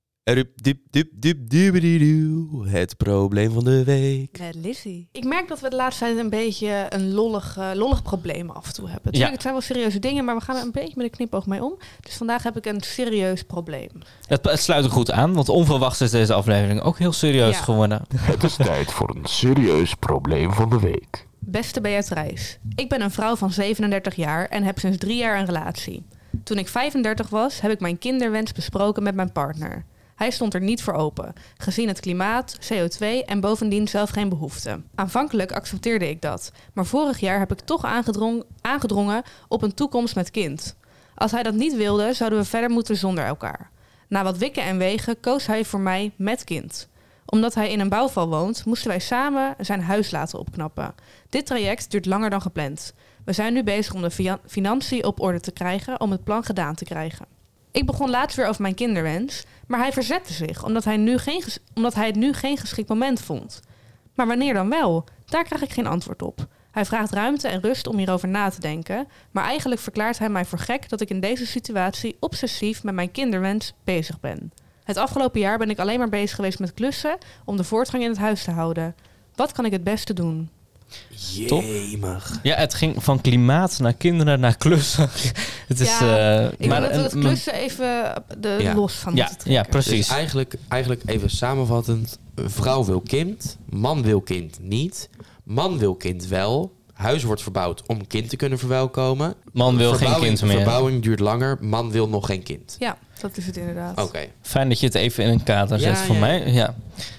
Het probleem van de week. Met Lizzie. Ik merk dat we de laatste tijd een beetje een lollig, uh, lollig probleem af en toe hebben. Tuurlijk, ja. Het zijn wel serieuze dingen, maar we gaan er een beetje met een knipoog mee om. Dus vandaag heb ik een serieus probleem. Het, het sluit er goed aan, want onverwachts is deze aflevering ook heel serieus ja. geworden. Het is tijd voor een serieus probleem van de week. Beste Beatrice, ik ben een vrouw van zevenendertig jaar en heb sinds drie jaar een relatie. Toen ik vijfendertig was, heb ik mijn kinderwens besproken met mijn partner. Hij stond er niet voor open, gezien het klimaat, C O twee en bovendien zelf geen behoefte. Aanvankelijk accepteerde ik dat, maar vorig jaar heb ik toch aangedrong, aangedrongen op een toekomst met kind. Als hij dat niet wilde, zouden we verder moeten zonder elkaar. Na wat wikken en wegen koos hij voor mij met kind. Omdat hij in een bouwval woont, moesten wij samen zijn huis laten opknappen. Dit traject duurt langer dan gepland. We zijn nu bezig om de via- financiën op orde te krijgen om het plan gedaan te krijgen. Ik begon laatst weer over mijn kinderwens, maar hij verzette zich omdat hij, nu geen ges- omdat hij het nu geen geschikt moment vond. Maar wanneer dan wel? Daar krijg ik geen antwoord op. Hij vraagt ruimte en rust om hierover na te denken, maar eigenlijk verklaart hij mij voor gek dat ik in deze situatie obsessief met mijn kinderwens bezig ben. Het afgelopen jaar ben ik alleen maar bezig geweest met klussen om de voortgang in het huis te houden. Wat kan ik het beste doen? Jemig. Ja, het ging van klimaat naar kinderen naar klussen. Het is, ja, uh, ik maar wil dat we het klussen even de ja. los van ja, moeten trekken. Ja, precies. Dus eigenlijk, eigenlijk even samenvattend. Vrouw wil kind, man wil kind niet. Man wil kind wel. Huis wordt verbouwd om kind te kunnen verwelkomen. Man wil geen kind meer. Verbouwing duurt langer. Man wil nog geen kind. Ja, dat is het inderdaad. Oké. Okay. Fijn dat je het even in een kader zet ja, voor ja. mij. Ja.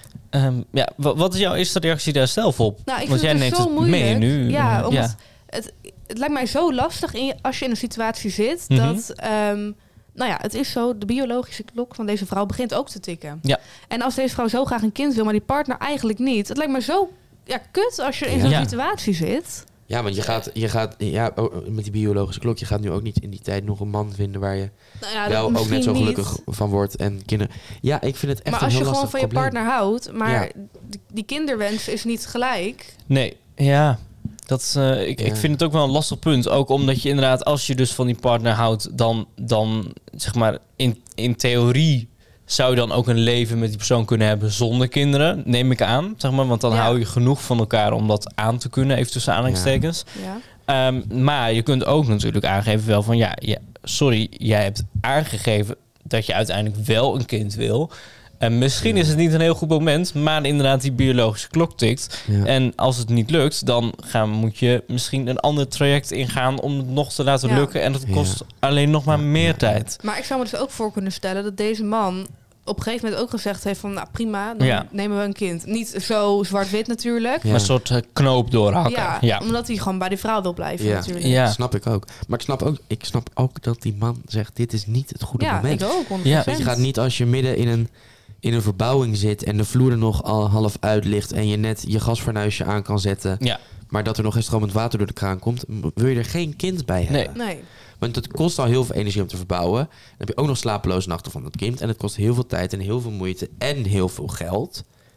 Um, ja, wat is jouw eerste reactie daar zelf op? Nou, ik Want vind jij het neemt zo het moeilijk. mee nu. Ja, omdat ja. Het, het lijkt mij zo lastig in je, als je in een situatie zit mm-hmm. dat... Um, nou ja, het is zo, de biologische klok van deze vrouw begint ook te tikken. Ja. En als deze vrouw zo graag een kind wil, maar die partner eigenlijk niet. Het lijkt me zo ja, kut als je in zo'n ja. situatie zit. Ja, want je gaat, je gaat ja, met die biologische klok, je gaat nu ook niet in die tijd nog een man vinden waar je nou ja, wel ook net zo gelukkig niet. van wordt en kinderen. Ja, ik vind het echt maar een heel als je gewoon van je probleem. partner houdt, maar ja. die, die kinderwens is niet gelijk. Nee, ja. Dat, uh, ik, ja. ik vind het ook wel een lastig punt. Ook omdat je inderdaad, als je dus van die partner houdt, dan, dan zeg maar in, in theorie zou je dan ook een leven met die persoon kunnen hebben zonder kinderen, neem ik aan. Zeg maar, want dan ja. hou je genoeg van elkaar om dat aan te kunnen, even tussen aanhalingstekens. Ja. Um, maar je kunt ook natuurlijk aangeven wel van ja, ja, sorry, jij hebt aangegeven dat je uiteindelijk wel een kind wil. En misschien ja. is het niet een heel goed moment, maar inderdaad die biologische klok tikt. Ja. En als het niet lukt, dan gaan, moet je misschien een ander traject ingaan om het nog te laten ja. lukken. En dat kost ja. alleen nog maar meer ja. tijd. Maar ik zou me dus ook voor kunnen stellen dat deze man op een gegeven moment ook gezegd heeft van, nou prima, dan ja. nemen we een kind. Niet zo zwart-wit natuurlijk. Ja. Maar een soort uh, knoop doorhakken. Ja, ja, omdat hij gewoon bij die vrouw wil blijven ja. natuurlijk. Ja, dat snap ik ook. Maar ik snap ook, ik snap ook dat die man zegt, dit is niet het goede ja, moment. Ja, ik ook, honderd procent. Ja. Je gaat niet als je midden in een, in een verbouwing zit en de vloer er nog al half uit ligt en je net je gasfornuisje aan kan zetten, ja. maar dat er nog geen stromend water door de kraan komt, wil je er geen kind bij hebben. Nee. nee. Want het kost al heel veel energie om te verbouwen. Dan heb je ook nog slapeloze nachten van dat kind. En het kost heel veel tijd en heel veel moeite en heel veel geld.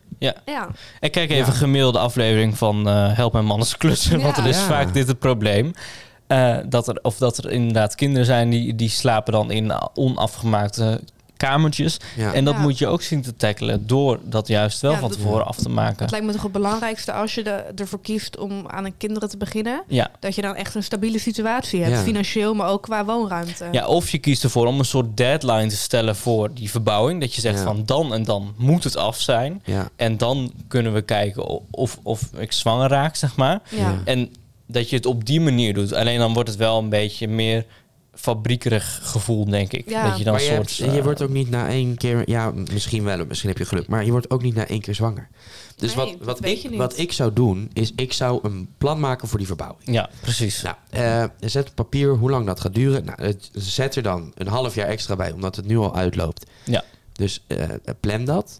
Ja. Ja. En kijk even Ja. een gemiddelde aflevering van uh, Help Mijn Man eens klussen. Ja. Want er is Ja. vaak dit het probleem. Uh, dat er, of dat er inderdaad kinderen zijn die, die slapen dan in onafgemaakte kamertjes. Ja. En dat Ja. moet je ook zien te tackelen door dat juist wel Ja, van dat- tevoren af te maken. Het lijkt me toch het belangrijkste als je de, ervoor kiest om aan een kinderen te beginnen. Ja. Dat je dan echt een stabiele situatie hebt. Ja. Financieel, maar ook qua woonruimte. Ja, of je kiest ervoor om een soort deadline te stellen voor die verbouwing. Dat je zegt Ja. van dan en dan moet het af zijn. Ja. En dan kunnen we kijken of, of ik zwanger raak, zeg maar. Ja. Ja. En dat je het op die manier doet. Alleen dan wordt het wel een beetje meer fabriekerig gevoel, denk ik. Ja. Dat je dan Maar je, een hebt- soort... je eh, wordt ook niet na één keer... Ja, misschien wel, misschien heb je geluk. Maar je wordt ook niet na één keer zwanger. Dus Nee, wat, dat wat, weet ik, je niet. wat ik zou doen, is ik zou een plan maken voor die verbouwing. Ja, precies. Nou, eh, zet op papier hoe lang dat gaat duren. Nou, het- zet er dan een half jaar extra bij, omdat het nu al uitloopt. Ja. Dus eh, plan dat.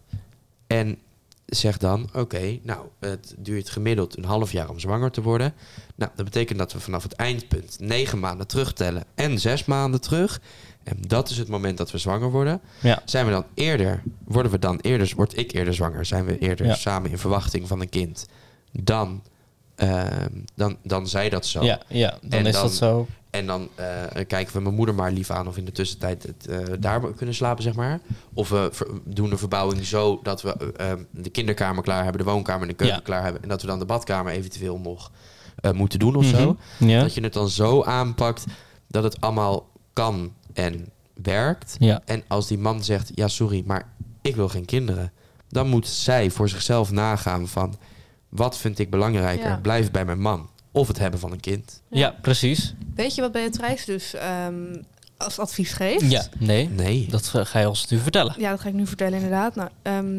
En zeg dan, oké, nou, het duurt gemiddeld een half jaar om zwanger te worden. Nou, dat betekent dat we vanaf het eindpunt negen maanden terugtellen en zes maanden terug. En dat is het moment dat we zwanger worden. Ja. Zijn we dan eerder, worden we dan eerder, word ik eerder zwanger? Zijn we eerder Ja. samen in verwachting van een kind? Dan, ehm, dan, dan zij dat zo. Ja, ja, dan En is dan- dat zo. En dan eh, kijken we mijn moeder maar lief aan of in de tussentijd het, eh, daar kunnen slapen, zeg maar. Of we ver- doen de verbouwing zo dat we eh, eh, de kinderkamer klaar hebben, de woonkamer en de keuken Ja. klaar hebben. En dat we dan de badkamer eventueel nog eh, moeten doen of zo. Mhm. Ja. Dat je het dan zo aanpakt dat het allemaal kan en werkt. Ja. En als die man zegt, ja sorry, maar ik wil geen kinderen. Dan moet zij voor zichzelf nagaan van, wat vind ik belangrijker? Ja. Blijf bij mijn man of het hebben van een kind. Ja, precies. Weet je wat Beatrice dus ehm, als advies geeft? Ja, nee. Nee. Dat eh, ga je ons nu vertellen. Ja, dat ga ik nu vertellen inderdaad. Nou, ehm,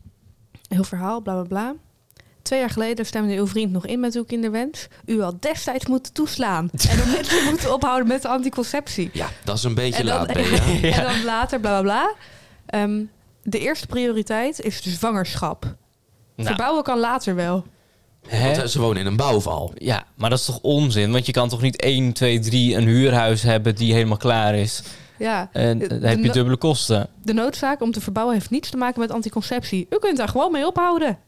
heel verhaal, bla bla bla. Twee jaar geleden stemde uw vriend nog in met uw kinderwens. U had destijds moeten toeslaan. En onmiddellijk moeten ophouden met de anticonceptie. Ja, dat is een beetje En dan- laat, Bea. En dan later, bla bla bla. Ehm, de eerste prioriteit is de zwangerschap. Nou, Verbouwen kan later wel. hè? Want ze wonen in een bouwval. Ja, maar dat is toch onzin? Want je kan toch niet één, twee, drie een huurhuis hebben die helemaal klaar is. Ja, En De- dan de heb je no- dubbele kosten. de noodzaak om te verbouwen heeft niets te maken met anticonceptie. U kunt daar gewoon mee ophouden.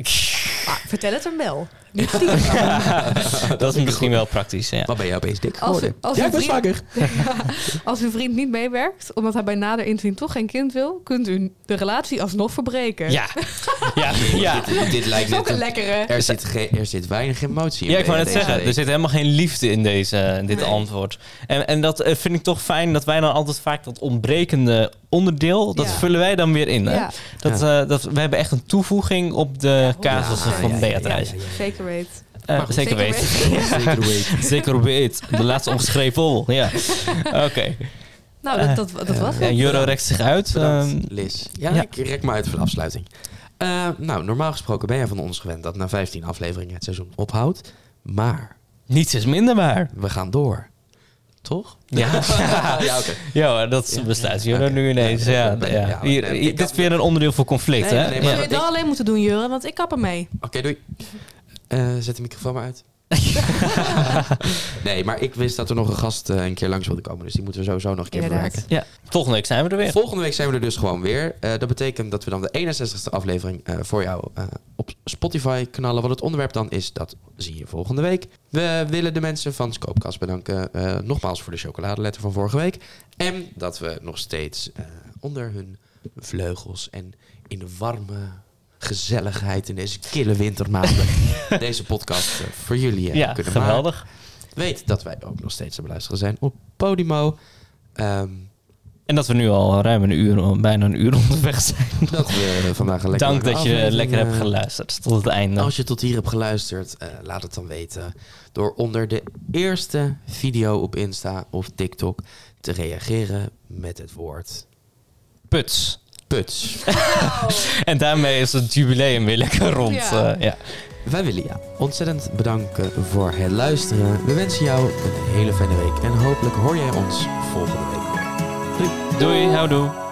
Maar vertel het hem wel. Niet stiekem. Dat is misschien wel praktisch, ja. Wat ben je opeens dik Als, geworden? als, Ja, uw ik ben vriend, zwanger. als uw vriend niet meewerkt, omdat hij bij nader inzien toch geen kind wil, kunt u de relatie alsnog verbreken. Ja, ja, ja. Dit, dit lijkt Dat is ook net... een een- lekkere. Er zit, geen, er zit weinig emotie in. Ja, ik wou Bea, net deze zeggen, week. er zit helemaal geen liefde in deze, in dit Nee. antwoord. En, en dat eh, vind ik toch fijn dat wij dan altijd vaak dat ontbrekende onderdeel, dat Ja. vullen wij dan weer in. Hè? Ja, Dat, eh, dat, we hebben echt een toevoeging op de casussen Ja, van ja, ja, ja, Beatrice. ja, ja. zeker weet. Eh, Maar goed, zeker zeker weten. Zeker weten. Zeker weten. De laatste omschreven vol. Ja. Oké. Nou, dat, dat, dat was Ja, het. Juro rekt zich uit. Bedankt, Ehm, Liz. Ja, ja. ik rek me uit voor de afsluiting. Eh, nou, normaal gesproken ben jij van ons gewend dat na vijftien afleveringen het seizoen ophoudt. Maar niets is minder waar. we gaan door. Toch? Ja, ja, oké. ja dat Ja, besluit ja, Juro oké. nu ineens. Ja, Ja, ja, ja. ja, Hier, nee, hier- ik dit had- is weer een onderdeel voor conflict, Nee, hè? nee, Zou maar je het wel alleen moeten doen, Jure? Want ik kap ermee. Oké, doei. Eh, zet de microfoon maar uit. Nee, maar ik wist dat er nog een gast eh, een keer langs wilde komen. Dus die moeten we sowieso nog een keer Inderdaad. verwerken. Ja, volgende week zijn we er weer. Volgende week zijn we er dus gewoon weer. Eh, dat betekent dat we dan de eenenzestigste aflevering eh, voor jou eh, op Spotify knallen. Wat het onderwerp dan is, dat zie je volgende week. We willen de mensen van Scopecast bedanken. eh, nogmaals voor de chocoladeletter van vorige week. En dat we nog steeds eh, onder hun vleugels en in de warme gezelligheid in deze kille wintermaanden deze podcast eh, voor jullie eh, Ja, kunnen maken. geweldig. Weet dat wij ook nog steeds te beluisteren zijn op Podimo. Ehm, En dat we nu al ruim een uur, bijna een uur onderweg zijn. dat we vandaag een lekker Dank dat je aflevering, lekker hebt eh, geluisterd tot het einde. Als je tot hier hebt geluisterd, eh, laat het dan weten door onder de eerste video op Insta of TikTok te reageren met het woord Puts. puts. En daarmee is het jubileum weer lekker rond. Ja. eh, ja. Wij willen jou ontzettend bedanken voor het luisteren. We wensen jou een hele fijne week en hopelijk hoor jij ons volgende week weer. Doei! Doei, houdoe.